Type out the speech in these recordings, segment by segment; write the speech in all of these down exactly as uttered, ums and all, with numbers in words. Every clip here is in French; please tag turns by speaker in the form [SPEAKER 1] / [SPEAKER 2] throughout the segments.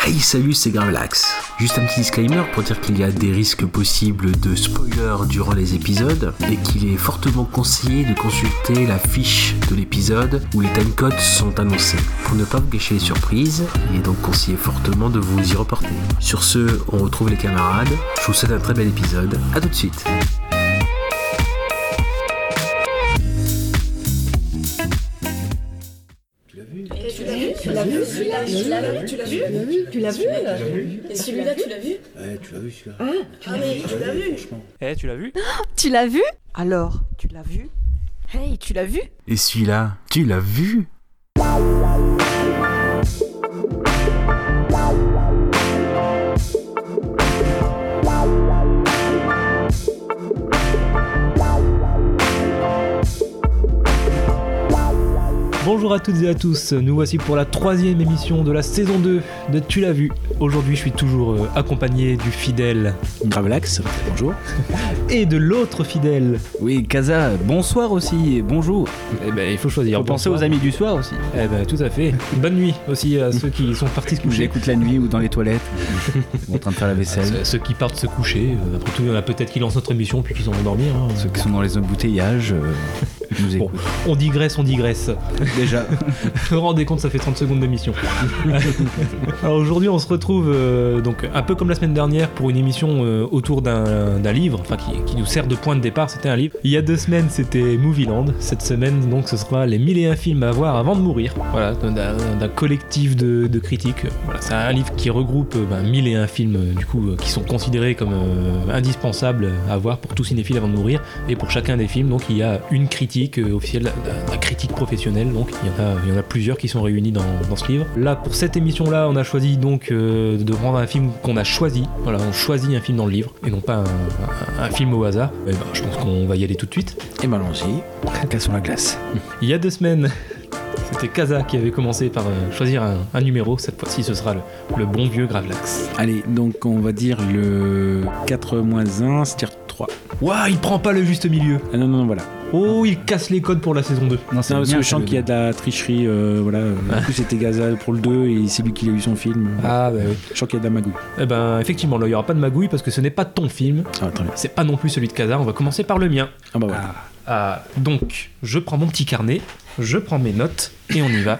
[SPEAKER 1] Hey salut, c'est Gravelax. Juste un petit disclaimer pour dire qu'il y a des risques possibles de spoilers durant les épisodes et qu'il est fortement conseillé de consulter la fiche de l'épisode où les timecodes sont annoncés. Pour ne pas vous gâcher les surprises, il est donc conseillé fortement de vous y reporter. Sur ce, on retrouve les camarades. Je vous souhaite un très bel épisode. A tout de suite.
[SPEAKER 2] Tu l'as vu celui-là? Tu l'as vu? Tu l'as vu? Tu l'as vu? Et celui-là, tu l'as vu?
[SPEAKER 3] Ouais, tu l'as vu celui-là.
[SPEAKER 2] Ah, ah mais tu l'as vu?
[SPEAKER 4] Eh, tu l'as vu?
[SPEAKER 5] Tu l'as vu?
[SPEAKER 2] Alors, tu l'as vu?
[SPEAKER 5] Hey, tu l'as vu?
[SPEAKER 1] Et celui-là, tu l'as vu?
[SPEAKER 4] Bonjour à toutes et à tous, nous voici pour la troisième émission de la saison deux de Tu l'as vu. Aujourd'hui je suis toujours euh, accompagné du fidèle
[SPEAKER 3] Gravelax, bonjour.
[SPEAKER 4] et de l'autre fidèle.
[SPEAKER 6] Oui, Kaza, bonsoir aussi, et bonjour.
[SPEAKER 4] Eh ben il faut choisir.
[SPEAKER 6] Faut penser aux amis du soir aussi.
[SPEAKER 4] Eh ben tout à fait. Bonne nuit aussi à ceux qui sont partis se
[SPEAKER 6] Où
[SPEAKER 4] coucher.
[SPEAKER 6] j'écoute la nuit ou dans les toilettes, ou en train de faire la
[SPEAKER 4] À
[SPEAKER 6] vaisselle.
[SPEAKER 4] ceux, ceux qui partent se coucher. Euh, Après tout, il y en a peut-être qui lancent notre émission puis qui sont endormis. Hein.
[SPEAKER 6] Ceux qui sont dans les embouteillages, euh, nous
[SPEAKER 4] Bon,
[SPEAKER 6] écoutent.
[SPEAKER 4] on digresse, on digresse.
[SPEAKER 6] Déjà.
[SPEAKER 4] Vous vous rendez compte, ça fait trente secondes d'émission. Alors aujourd'hui, on se retrouve euh, donc un peu comme la semaine dernière pour une émission euh, autour d'un, d'un livre, enfin qui, qui nous sert de point de départ. C'était un livre. Il y a deux semaines, c'était Movieland. Cette semaine, donc, ce sera les mille et un films à voir avant de mourir. Voilà, d'un, d'un collectif de, de critiques. Voilà, c'est un livre qui regroupe euh, ben, mille et un films euh, du coup euh, qui sont considérés comme euh, indispensables à voir pour tout cinéphile avant de mourir. Et pour chacun des films, donc il y a une critique euh, officielle, d'un, d'un critique professionnel. Donc il y en a Il y en a plusieurs qui sont réunis dans, dans ce livre. Là, pour cette émission-là, on a choisi donc euh, de prendre un film qu'on a choisi. Voilà, on choisit un film dans le livre et non pas un, un, un film au hasard. Et ben, je pense qu'on va y aller tout de suite.
[SPEAKER 3] Et ben allons-y, cassons la glace.
[SPEAKER 4] Il y a deux semaines, c'était Kaza qui avait commencé par euh, choisir un, un numéro. Cette fois-ci, ce sera le, le bon vieux Gravelax.
[SPEAKER 3] Allez, donc on va dire le quatre moins un, c'est-à-dire trois.
[SPEAKER 4] Waouh, il prend pas le juste milieu.
[SPEAKER 3] Ah non, non, non, voilà.
[SPEAKER 4] Oh, il casse les codes pour la saison deux.
[SPEAKER 6] Non, c'est
[SPEAKER 3] Non, parce
[SPEAKER 6] bien,
[SPEAKER 3] que je sens
[SPEAKER 6] c'est
[SPEAKER 3] qu'il y a de la tricherie, euh, voilà. En plus, c'était Gaza pour le deux et c'est lui qui a eu son film.
[SPEAKER 4] Ah, bah oui.
[SPEAKER 3] Je sens qu'il y a de la magouille.
[SPEAKER 4] Eh ben, effectivement, là, il y aura pas de magouille parce que ce n'est pas ton film.
[SPEAKER 3] Ah, très bien.
[SPEAKER 4] C'est pas non plus celui de Kaza. On va commencer par le mien.
[SPEAKER 3] Ah bah voilà.
[SPEAKER 4] Ah, donc, je prends mon petit carnet, je prends mes notes et on y va.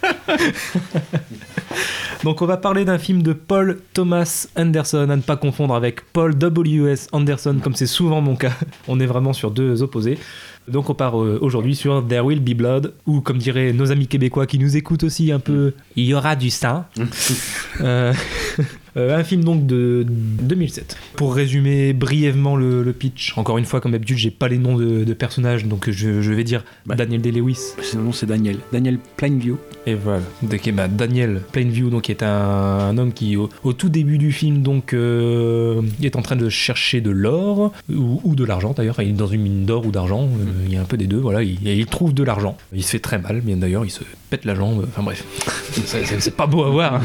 [SPEAKER 4] Donc, on va parler d'un film de Paul Thomas Anderson, à ne pas confondre avec Paul W S Anderson, comme c'est souvent mon cas. On est vraiment sur deux opposés. Donc, on part euh, aujourd'hui sur There Will Be Blood, ou comme diraient nos amis québécois qui nous écoutent aussi un peu, il y aura du sang. euh, Euh, un film donc de deux mille sept. Pour résumer brièvement le, le pitch, encore une fois comme d'habitude j'ai pas les noms de, de personnages donc je, je vais dire
[SPEAKER 3] Bah.
[SPEAKER 4] Daniel Day-Lewis.
[SPEAKER 3] Son nom c'est Daniel. Daniel Plainview.
[SPEAKER 4] Et voilà. Donc, eh ben, Daniel Plainview donc est un, un homme qui au, au tout début du film donc euh, est en train de chercher de l'or ou, ou de l'argent d'ailleurs. Enfin, il est dans une mine d'or ou d'argent. Euh, il y a un peu des deux. Voilà. Il, il trouve de l'argent. Il se fait très mal. Bien d'ailleurs il se pète la jambe. Enfin bref. c'est, c'est, c'est pas beau à voir. Hein.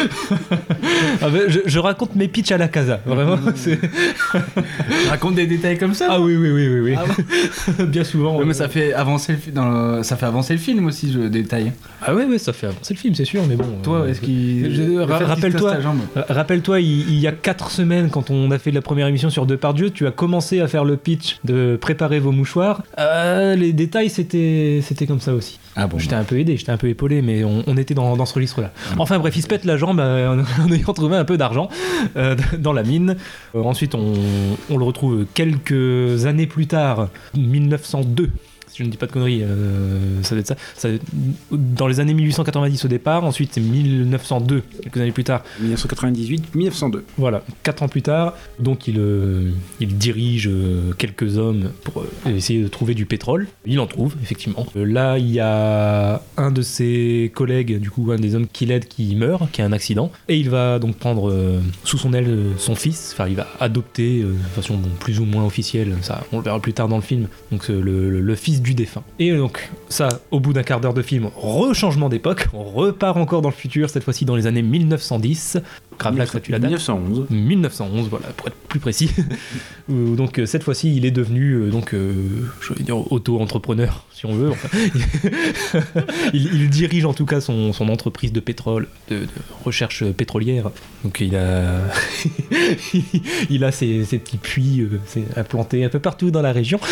[SPEAKER 4] Ah ben, je, je raconte mes pitchs à la Kaza, vraiment. C'est...
[SPEAKER 6] Tu racontes des détails comme ça?
[SPEAKER 4] Ah oui, oui, oui, oui, oui.
[SPEAKER 6] Ah bon.
[SPEAKER 4] Bien souvent.
[SPEAKER 6] Ouais,
[SPEAKER 4] euh...
[SPEAKER 6] mais ça fait avancer le, fi- dans le... ça fait avancer le film aussi, le détail.
[SPEAKER 4] Ah ouais, ouais, ça fait avancer le film, c'est sûr, mais bon.
[SPEAKER 6] Toi,
[SPEAKER 4] euh,
[SPEAKER 6] est-ce qu'il.
[SPEAKER 4] je-
[SPEAKER 6] le
[SPEAKER 4] ra-
[SPEAKER 6] fait qu'il se
[SPEAKER 4] rappelle-toi-
[SPEAKER 6] casse ta jambe.
[SPEAKER 4] euh, Rappelle-toi, il, il y a quatre semaines, quand on a fait la première émission sur Depardieu, tu as commencé à faire le pitch de préparer vos mouchoirs. Euh, les détails, c'était, c'était comme ça aussi.
[SPEAKER 6] Ah bon.
[SPEAKER 4] J'étais un peu aidé, j'étais un peu épaulé, mais on, on était dans, dans ce registre-là. Enfin bref, il se pète la jambe euh, en, en ayant trouvé un peu d'argent euh, dans la mine. Euh, ensuite, on, on le retrouve quelques années plus tard, mille neuf cent deux. Si je ne dis pas de conneries, euh, ça doit être ça. ça. Dans les années mille huit cent quatre-vingt-dix au départ, ensuite c'est mille neuf cent deux, quelques années plus tard.
[SPEAKER 3] dix-neuf cent quatre-vingt-dix-huit, mille neuf cent deux.
[SPEAKER 4] Voilà, quatre ans plus tard, donc il, euh, il dirige euh, quelques hommes pour euh, essayer de trouver du pétrole. Il en trouve, effectivement. Euh, là, il y a un de ses collègues, du coup, un des hommes qui l'aide, qui meurt, qui a un accident. Et il va donc prendre euh, sous son aile euh, son fils, enfin, il va adopter, euh, de façon bon, plus ou moins officielle, ça, on le verra plus tard dans le film, donc euh, le, le, le fils du défunt. Et donc, ça, au bout d'un quart d'heure de film, rechangement d'époque, on repart encore dans le futur, cette fois-ci dans les années mille neuf cent dix. Gravelax, tu la date.
[SPEAKER 3] mille neuf cent onze.
[SPEAKER 4] mille neuf cent onze, voilà, pour être plus précis. Où, donc euh, cette fois-ci, il est devenu euh, donc, euh, je vais dire auto-entrepreneur, si on veut. Enfin, il, il dirige en tout cas son, son entreprise de pétrole, de, de recherche pétrolière. Donc il a, il a ses, ses petits puits euh, c'est implantés un peu partout dans la région.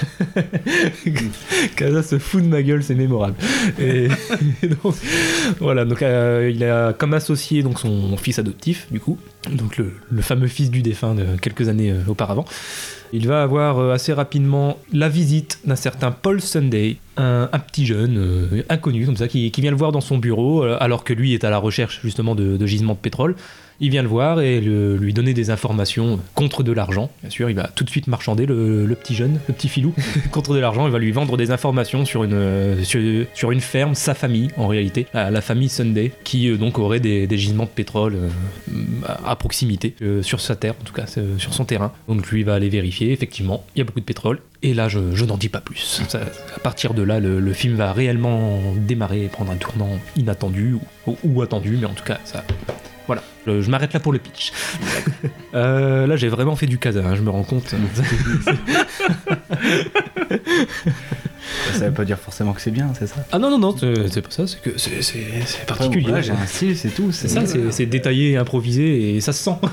[SPEAKER 4] Casa se fout de ma gueule, c'est mémorable. Et, et donc, voilà, donc euh, il a comme associé donc son fils adoptif, du coup, donc le, le fameux fils du défunt de quelques années euh, auparavant. Il va avoir euh, assez rapidement la visite d'un certain Paul Sunday, un, un petit jeune euh, inconnu comme ça, qui, qui vient le voir dans son bureau, euh, alors que lui est à la recherche justement de, de gisements de pétrole. Il vient le voir et le, lui donner des informations contre de l'argent. Bien sûr, il va tout de suite marchander le, le petit jeune, le petit filou, contre de l'argent. Il va lui vendre des informations sur une, euh, sur, sur une ferme, sa famille en réalité, la, la famille Sunday, qui euh, donc aurait des, des gisements de pétrole euh, à proximité, euh, sur sa terre, en tout cas euh, sur son terrain. Donc lui va aller vérifier, effectivement, il y a beaucoup de pétrole. Et là, je, je n'en dis pas plus. Ça, à partir de là, le, le film va réellement démarrer et prendre un tournant inattendu, ou, ou, ou attendu, mais en tout cas, ça... Voilà, je, je m'arrête là pour le pitch. euh, là, j'ai vraiment fait du casa, hein, je me rends compte.
[SPEAKER 6] Ça veut pas dire forcément que c'est bien, c'est ça?
[SPEAKER 4] Ah non, non, non, c'est, c'est pas ça, c'est que c'est, c'est, c'est particulier.
[SPEAKER 6] Ouais, j'ai un style, c'est tout.
[SPEAKER 4] C'est, c'est ça, c'est, c'est détaillé, improvisé, et ça se sent.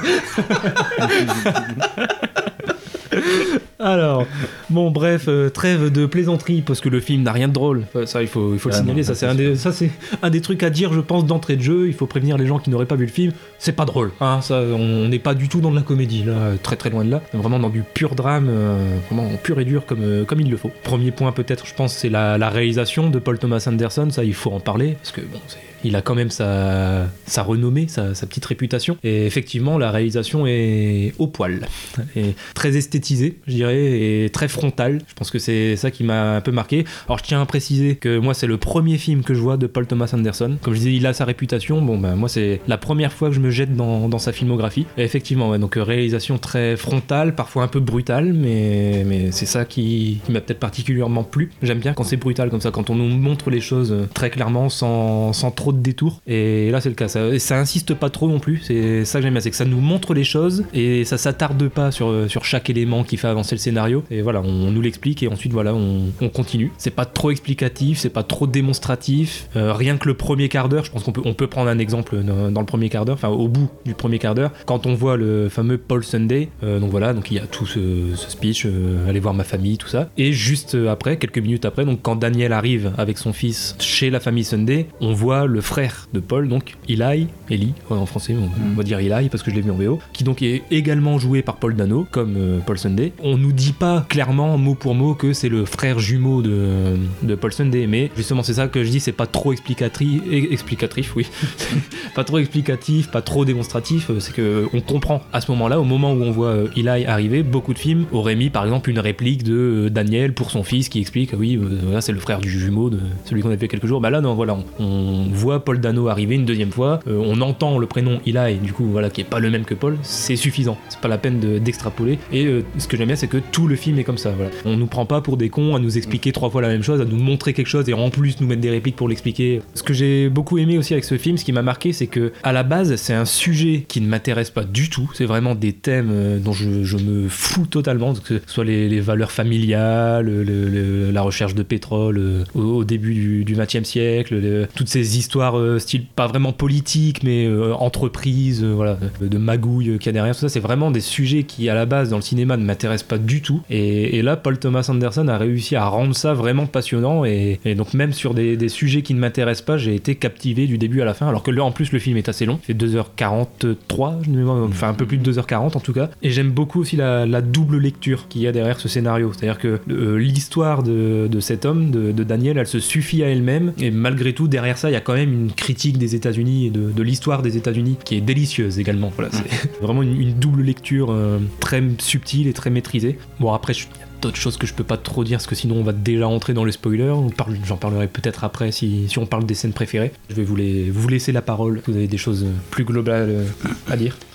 [SPEAKER 4] Alors, bon, bref, euh, trêve de plaisanterie, parce que le film n'a rien de drôle. Enfin, ça, il faut, il faut le
[SPEAKER 6] ah
[SPEAKER 4] signaler.
[SPEAKER 6] Non,
[SPEAKER 4] ça, c'est un des, ça, c'est un des trucs à dire, je pense, d'entrée de jeu. Il faut prévenir les gens qui n'auraient pas vu le film. C'est pas drôle. Hein, ça, on n'est pas du tout dans de la comédie, là, très très loin de là. C'est vraiment dans du pur drame, euh, vraiment pur et dur, comme, euh, comme il le faut. Premier point, peut-être, je pense, c'est la, la réalisation de Paul Thomas Anderson. Ça, il faut en parler, parce que bon, c'est. Il a quand même sa, sa renommée, sa, sa petite réputation. Et effectivement, la réalisation est au poil. Et très esthétisée, je dirais, et très frontale. Je pense que c'est ça qui m'a un peu marqué. Alors, je tiens à préciser que moi, c'est le premier film que je vois de Paul Thomas Anderson. Comme je disais, il a sa réputation. Bon, ben, moi, c'est la première fois que je me jette dans, dans sa filmographie. Et effectivement, ouais, donc réalisation très frontale, parfois un peu brutale, mais, mais c'est ça qui, qui m'a peut-être particulièrement plu. J'aime bien quand c'est brutal comme ça, quand on nous montre les choses très clairement, sans, sans trop de détours, et là c'est le cas, ça, et ça insiste pas trop non plus, c'est ça que j'aime bien, c'est que ça nous montre les choses et ça s'attarde pas sur, sur chaque élément qui fait avancer le scénario, et voilà, on, on nous l'explique et ensuite voilà, on, on continue. C'est pas trop explicatif, c'est pas trop démonstratif, euh, rien que le premier quart d'heure, je pense qu'on peut, on peut prendre un exemple dans, dans le premier quart d'heure, enfin au bout du premier quart d'heure, quand on voit le fameux Paul Sunday, euh, donc voilà, donc il y a tout ce, ce speech, euh, aller voir ma famille, tout ça, et juste après, quelques minutes après, donc quand Daniel arrive avec son fils chez la famille Sunday, on voit le frère de Paul, donc Eli, Eli en français on mm. va dire Eli parce que je l'ai vu en V O, qui donc est également joué par Paul Dano comme euh, Paul Sunday. On nous dit pas clairement mot pour mot que c'est le frère jumeau de, de Paul Sunday, mais justement c'est ça que je dis, c'est pas trop explicatif, explicatif oui, pas trop explicatif, pas trop démonstratif, c'est que on comprend à ce moment-là, au moment où on voit euh, Eli arriver, beaucoup de films auraient mis par exemple une réplique de euh, Daniel pour son fils qui explique ah oui euh, voilà, c'est le frère du jumeau de celui qu'on a fait quelques jours. Bah là non, voilà, on, on voit Paul Dano arriver une deuxième fois, euh, on entend le prénom Eli, du coup voilà, qui est pas le même que Paul, c'est suffisant, c'est pas la peine de, d'extrapoler, et euh, ce que j'aime bien c'est que tout le film est comme ça, voilà. On nous prend pas pour des cons à nous expliquer trois fois la même chose, à nous montrer quelque chose et en plus nous mettre des répliques pour l'expliquer. Ce que j'ai beaucoup aimé aussi avec ce film, ce qui m'a marqué, c'est que à la base c'est un sujet qui ne m'intéresse pas du tout, c'est vraiment des thèmes euh, dont je, je me fous totalement, que ce soit les, les valeurs familiales, le, le, la recherche de pétrole euh, au, au début du, du vingtième siècle, le, toutes ces histoires euh, style pas vraiment politique mais euh, entreprise, euh, voilà, de, de magouille euh, qu'il y a derrière, tout ça c'est vraiment des sujets qui à la base dans le cinéma ne m'intéressent pas du tout, et, et là Paul Thomas Anderson a réussi à rendre ça vraiment passionnant, et, et donc même sur des, des sujets qui ne m'intéressent pas, j'ai été captivé du début à la fin, alors que là en plus le film est assez long, il fait deux heures quarante-trois, enfin un peu plus de deux heures quarante en tout cas, et j'aime beaucoup aussi la, la double lecture qu'il y a derrière ce scénario, c'est-à-dire que euh, l'histoire de, de cet homme, de, de Daniel, elle se suffit à elle-même, et malgré tout derrière ça il y a quand même une critique des États-Unis et de, de l'histoire des États-Unis qui est délicieuse également. Voilà, c'est vraiment une, une double lecture euh, très subtile et très maîtrisée. Bon après je, d'autres choses que je peux pas trop dire parce que sinon on va déjà entrer dans le spoiler. On parle, j'en parlerai peut-être après si, si on parle des scènes préférées. Je vais vous, les, vous laisser la parole. Vous avez des choses plus globales à dire.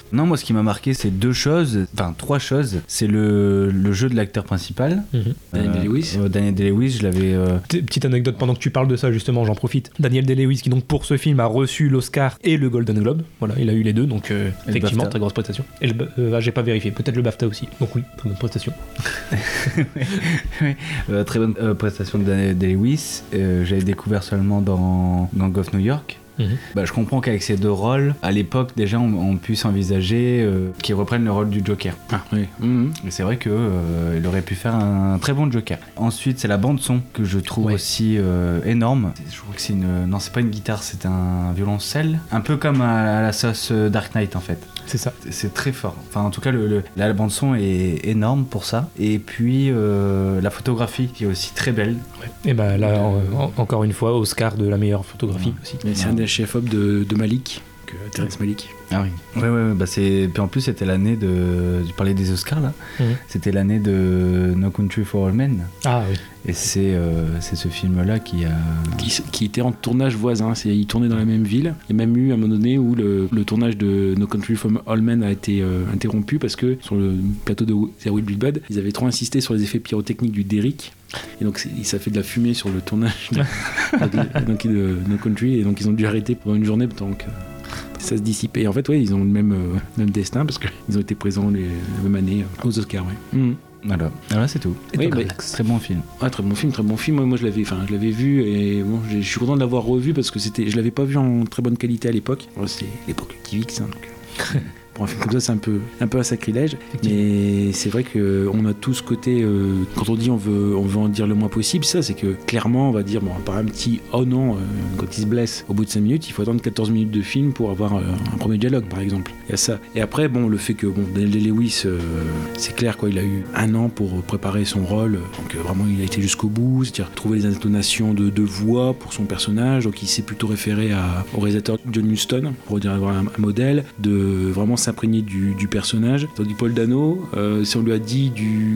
[SPEAKER 6] Non, moi ce qui m'a marqué c'est deux choses, enfin trois choses. C'est le, le jeu de l'acteur principal.
[SPEAKER 4] Mhm.
[SPEAKER 3] Daniel Day-Lewis.
[SPEAKER 6] Euh, Daniel Day-Lewis, je l'avais... euh,
[SPEAKER 4] T- Petite anecdote pendant que tu parles de ça, justement, j'en profite. Daniel Day-Lewis, qui donc pour ce film a reçu l'Oscar et le Golden Globe. Voilà, il a eu les deux, donc euh,
[SPEAKER 6] le
[SPEAKER 4] effectivement,
[SPEAKER 6] BAFTA.
[SPEAKER 4] très grosse prestation. Et le, ba- euh, ah, j'ai pas vérifié, peut-être le BAFTA aussi. Donc oui, très bonne prestation.
[SPEAKER 6] euh, très bonne euh, prestation de Daniel Day-Lewis. Euh, j'avais découvert seulement dans Gang of New York.
[SPEAKER 4] Mhm.
[SPEAKER 6] Bah, je comprends qu'avec ces deux rôles, à l'époque déjà on, on puisse envisager euh, qu'ils reprennent le rôle du Joker.
[SPEAKER 3] Ah, oui. Mhm.
[SPEAKER 6] Et c'est vrai qu'il euh, aurait pu faire un très bon Joker. Ensuite, c'est la bande son que je trouve
[SPEAKER 4] Ouais.
[SPEAKER 6] aussi euh, énorme. Je crois que c'est une, non, c'est pas une guitare, c'est un violoncelle, un peu comme à, à la sauce Dark Knight en fait.
[SPEAKER 4] C'est ça.
[SPEAKER 6] C'est- C'est très fort. Enfin, en tout cas, le, le- là, la bande son est énorme pour ça. Et puis euh, la photographie qui est aussi très belle.
[SPEAKER 4] Et bah là, en- en- encore une fois, Oscar de la meilleure photographie aussi.
[SPEAKER 3] Mais c'est un des chefs-op de, de Malik, que Terrence Malick.
[SPEAKER 6] Ah oui. Ouais, ouais, ouais. Bah c'est. Puis en plus, c'était l'année de. Tu parlais des Oscars là.
[SPEAKER 4] Mhm.
[SPEAKER 6] C'était l'année de No Country for Old Men.
[SPEAKER 4] Ah oui.
[SPEAKER 6] Et c'est euh, c'est ce film-là qui a.
[SPEAKER 3] Qui, qui était en tournage voisin, c'est, ils tournaient dans la même ville. Il y a même eu un moment donné où le, le tournage de No Country for Old Men a été euh, interrompu parce que sur le plateau de There Will Be Blood, ils avaient trop insisté sur les effets pyrotechniques du Derrick. Et donc c'est- ça fait de la fumée sur le tournage de, donc, donc, de No Country, et donc ils ont dû arrêter pendant une journée donc que ça se dissipe. Et en fait, ouais, ils ont le même, euh, même destin parce qu'ils ont été présents les, la même année euh, aux Oscars. Ouais. Mhm.
[SPEAKER 6] Voilà. Voilà, c'est tout.
[SPEAKER 4] Et
[SPEAKER 3] Oui,
[SPEAKER 4] toi,
[SPEAKER 3] bah,
[SPEAKER 4] Max
[SPEAKER 6] Très bon film.
[SPEAKER 3] Ouais, très bon film, très bon film. Moi, moi je l'avais, enfin, je l'avais vu et bon, j'ai- je suis content de l'avoir revu parce que c'était, je l'avais pas vu en très bonne qualité à l'époque. Ouais, c'est l'époque T V X, hein, donc. euh, Pour un film comme ça, c'est un peu, un peu un sacrilège. Mais c'est vrai qu'on a tout ce côté, euh, quand on dit on veut, on veut en dire le moins possible, ça, c'est que clairement, on va dire, bon, par un petit oh non, euh, quand il se blesse au bout de cinq minutes, il faut attendre quatorze minutes de film pour avoir euh, un premier dialogue, par exemple. Il y a ça. Et après, bon, le fait que bon, Daniel Day-Lewis, euh, c'est clair, quoi, il a eu un an pour préparer son rôle, donc euh, vraiment, il a été jusqu'au bout, c'est-à-dire trouver les intonations de, de voix pour son personnage, donc il s'est plutôt référé à, au réalisateur John Huston, pour dire avoir un, un modèle, de vraiment s'imprégner du, du personnage. Tandis que Paul Dano, euh, si on lui a dit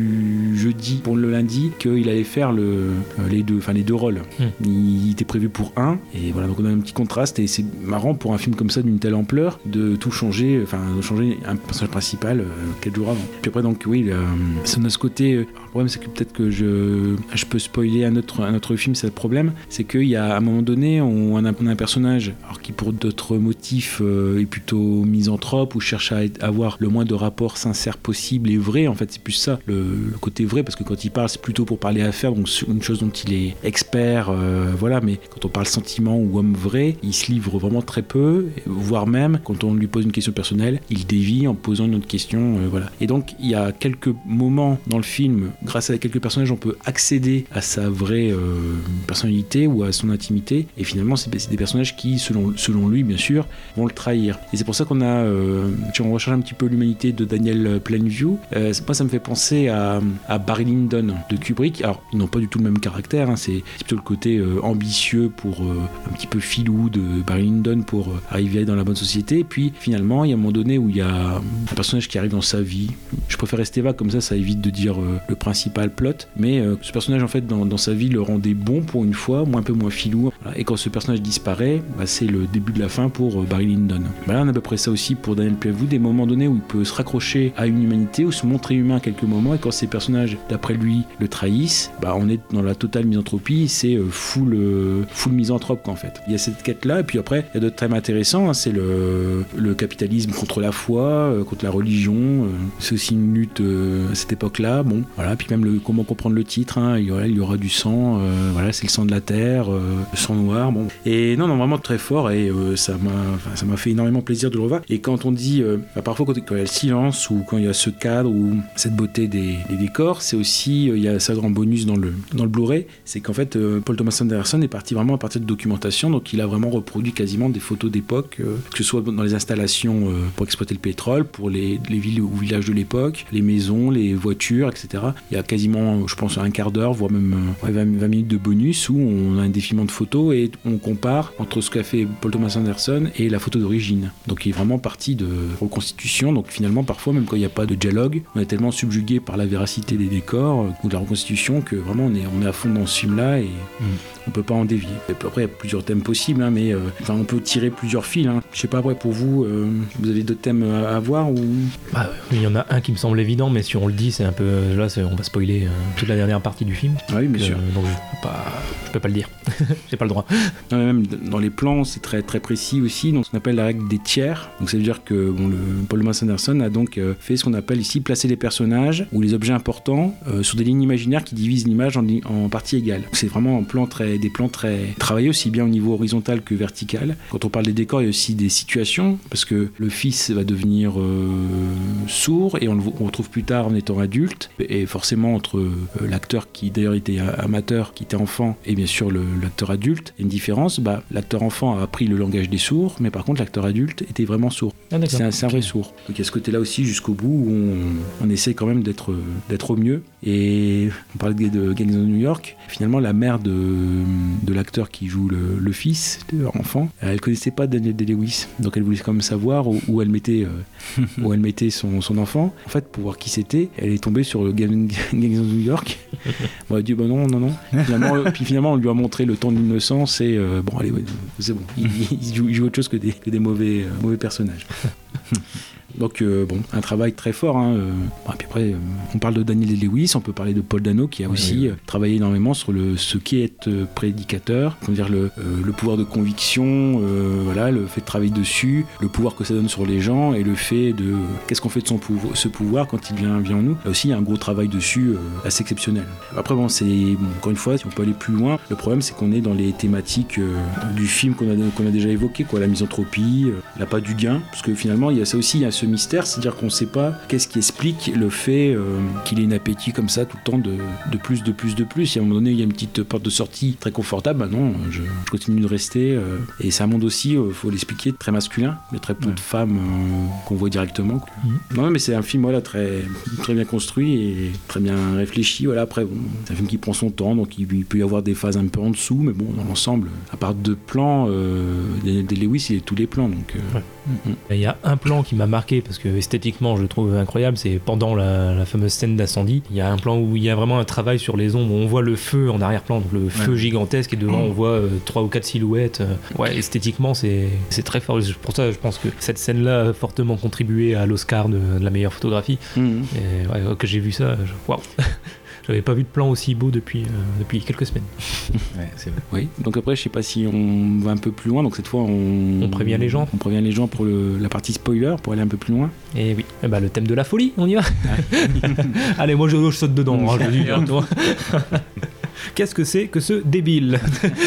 [SPEAKER 3] du jeudi pour le lundi qu'il allait faire le, euh, les, deux, enfin, les deux rôles,
[SPEAKER 4] Mm.
[SPEAKER 3] il était prévu pour un, et voilà, donc on a un petit contraste, et c'est marrant pour un film comme ça d'une telle ampleur de tout changer, enfin de changer un personnage principal euh, quelques jours avant. Puis après, donc oui, euh, ça a ce côté. Euh, le problème, c'est que peut-être que je, je peux spoiler un autre, un autre film, c'est le problème, c'est qu'il y a à un moment donné, on, on, a, on a un personnage alors qui pour d'autres motifs euh, est plutôt misanthrope ou cherche à être- avoir le moins de rapports sincères possible et vrai. En fait, c'est plus ça, le, le côté vrai, parce que quand il parle, c'est plutôt pour parler affaires, donc sur une chose dont il est expert, euh, voilà. Mais quand on parle sentiment ou homme vrai, il se livre vraiment très peu, voire même quand on lui pose une question personnelle, il dévie en posant une autre question, euh, voilà. Et donc, il y a quelques moments dans le film, grâce à quelques personnages, on peut accéder à sa vraie euh, personnalité ou à son intimité. Et finalement, c'est, c'est des personnages qui, selon, selon lui, bien sûr, vont le trahir. Et c'est pour ça qu'on a, euh, si on recherche un petit peu l'humanité de Daniel Plainview, euh, moi, ça me fait penser à, à Barry Lyndon de Kubrick. Alors, ils n'ont pas du tout le même caractère, hein, c'est, c'est plutôt le côté euh, ambitieux pour euh, un petit peu filou de Barry Lyndon pour euh, arriver dans la bonne société. Et puis, finalement, il y a un moment donné où il y a un personnage qui arrive dans sa vie. Je préfère rester vague, comme ça, ça évite de dire euh, le principal plot. Mais euh, ce personnage, en fait, dans, dans sa vie, le rendait bon pour une fois, moins un peu moins filou. Voilà. Et quand ce personnage disparaît, bah, c'est le début de la fin pour euh, Barry Lyndon. Bah, là, on a à peu près ça aussi pour Daniel Plainview, des moments donnés où il peut se raccrocher à une humanité ou se montrer humain à quelques moments. Et quand ces personnages, d'après lui, le trahissent, bah, on est dans la totale misanthropie. C'est euh, full, euh, full misanthrope, quoi, en fait. Il y a cette quête-là. Et puis après, il y a d'autres thèmes intéressants. Hein, c'est le, le capitalisme contre la foi, euh, contre la religion. Euh, c'est aussi une lutte euh, à cette époque-là. Bon, voilà. Puis même le, comment comprendre le titre. Hein, il, y aura, il y aura du sang. Euh, voilà, c'est le sang de la terre, euh, le sang noir. Bon. Et non, non, vraiment très fort. Et euh, ça m'a, enfin, ça m'a fait énormément plaisir de le revoir. Et quand on dit, euh, bah, parfois quand, quand il y a le silence ou quand il y a ce cadre ou cette beauté des, des décors, c'est aussi, euh, il y a ça en bonus dans le, dans le Blu-ray, c'est qu'en fait, euh, Paul Thomas Anderson est parti vraiment à partir de documentation. Donc il a vraiment reproduit quasiment des photos d'époque, euh, que ce soit dans les installations euh, pour exploiter le pétrole, pour les, les villes ou villages de l'époque, les maisons, les voitures, et cetera. Il y a quasiment, je pense, un quart d'heure, voire même euh, ouais, vingt, vingt minutes de bonus où on a un défilement de photos et on compare entre ce qu'a fait Paul Thomas Anderson et la photo d'origine. Donc il est vraiment parti de, reconstitution. Donc finalement, parfois, même quand il n'y a pas de dialogue, on est tellement subjugué par la véracité des décors ou de la reconstitution que vraiment on est, on est à fond dans ce film-là et mm. on peut pas en dévier. Et après, il y a plusieurs thèmes possibles, hein, mais euh, enfin, on peut tirer plusieurs fils. Hein. Je sais pas, après, pour vous, euh, vous avez d'autres thèmes à, à voir ou...
[SPEAKER 4] Bah, il y en a un qui me semble évident, mais si on le dit, c'est un peu... Là, c'est, on va spoiler euh, toute la dernière partie du film.
[SPEAKER 3] Ah oui, bien
[SPEAKER 4] euh,
[SPEAKER 3] sûr.
[SPEAKER 4] Donc je peux pas, je peux pas le dire. J'ai pas le droit.
[SPEAKER 3] Non, mais même dans les plans, c'est très, très précis aussi. Donc, ce qu'on appelle la règle des tiers. Donc, ça veut dire que bon, le, Paul Thomas Anderson a donc euh, fait ce qu'on appelle ici placer les personnages ou les objets importants euh, sur des lignes imaginaires qui divisent l'image en, en parties égales. Donc, c'est vraiment un plan très, des plans très travaillés, aussi bien au niveau horizontal que vertical. Quand on parle des décors, il y a aussi des situations, parce que le fils va devenir euh, sourd et on le on retrouve plus tard en étant adulte. Et forcément, entre euh, l'acteur qui d'ailleurs était amateur, qui était enfant, et bien sûr le, l'acteur adulte, il y a une différence. Bah, l'acteur enfant a appris le langage des sourds, mais par contre l'acteur adulte était vraiment sourd. Ah, c'est, un, c'est un vrai sourd. Donc il y a ce côté-là aussi jusqu'au bout où on, on essaie quand même d'être, d'être au mieux. Et on parlait de, de Gangs of New York. Finalement, la mère de, de l'acteur qui joue le, le fils, enfant, elle connaissait pas Daniel Day-Lewis, donc elle voulait quand même savoir où, où elle mettait, euh, où elle mettait son, son enfant. En fait, pour voir qui c'était, elle est tombée sur le Gangs of New York. Bon, elle a dit bah non, non, non. Finalement, euh, puis finalement, on lui a montré le temps de l'innocence et euh, bon, allez, ouais, c'est bon. Il, il, joue, il joue autre chose que des, que des mauvais, euh, mauvais personnages. Donc euh, bon, un travail très fort. Hein, euh. Bon, et puis après, euh, on parle de Daniel Day-Lewis, on peut parler de Paul Dano qui a oui, aussi oui, oui. Euh, travaillé énormément sur le, ce qu'est être euh, prédicateur, dire le, euh, le pouvoir de conviction, euh, voilà, le fait de travailler dessus, le pouvoir que ça donne sur les gens et le fait de euh, qu'est-ce qu'on fait de son pouvoir, ce pouvoir quand il vient, vient en nous. Là aussi, il y a un gros travail dessus euh, assez exceptionnel. Après bon, c'est bon, encore une fois, si on peut aller plus loin, le problème c'est qu'on est dans les thématiques euh, du film qu'on a, qu'on a déjà évoqué, quoi, la misanthropie, euh, l'appât du gain, parce que finalement, il y a ça aussi, il y a ce mystère, c'est-à-dire qu'on ne sait pas qu'est-ce qui explique le fait euh, qu'il ait un appétit comme ça tout le temps de, de plus, de plus, de plus. Et à un moment donné, il y a une petite porte de sortie très confortable, bah non, je, je continue de rester. Euh, et c'est un monde aussi, il euh, faut l'expliquer, très masculin. Il y a très peu ouais. de femmes euh, qu'on voit directement. Mmh. Non, mais c'est un film voilà, très, très bien construit et très bien réfléchi. Voilà, après, bon, c'est un film qui prend son temps, donc il, il peut y avoir des phases un peu en dessous, mais bon, dans l'ensemble, à part deux plans, euh, Daniel Day-Lewis, il est tous les plans. Donc, euh,
[SPEAKER 4] ouais. mmh. Il y a un plan qui m'a marqué parce que esthétiquement je le trouve incroyable, c'est pendant la, la fameuse scène d'incendie, il y a un plan où il y a vraiment un travail sur les ombres, on voit le feu en arrière-plan, donc le ouais. feu gigantesque et devant on voit trois euh, ou quatre silhouettes. Ouais, esthétiquement c'est, c'est très fort, pour ça je pense que cette scène-là a fortement contribué à l'Oscar de, de la meilleure photographie. Mmh. Et, ouais, que j'ai vu ça, waouh. J'avais pas vu de plan aussi beau depuis, euh, depuis quelques semaines.
[SPEAKER 3] Ouais, c'est vrai. Oui. Donc après, je sais pas si on va un peu plus loin. Donc cette fois, on,
[SPEAKER 4] on prévient les gens.
[SPEAKER 3] On prévient les gens pour le, la partie spoiler, pour aller un peu plus loin.
[SPEAKER 4] Et oui. Et bah, le thème de la folie, on y va. Allez, moi je, je saute dedans. Hein, je dis, hein, toi. Qu'est-ce que c'est que ce débile?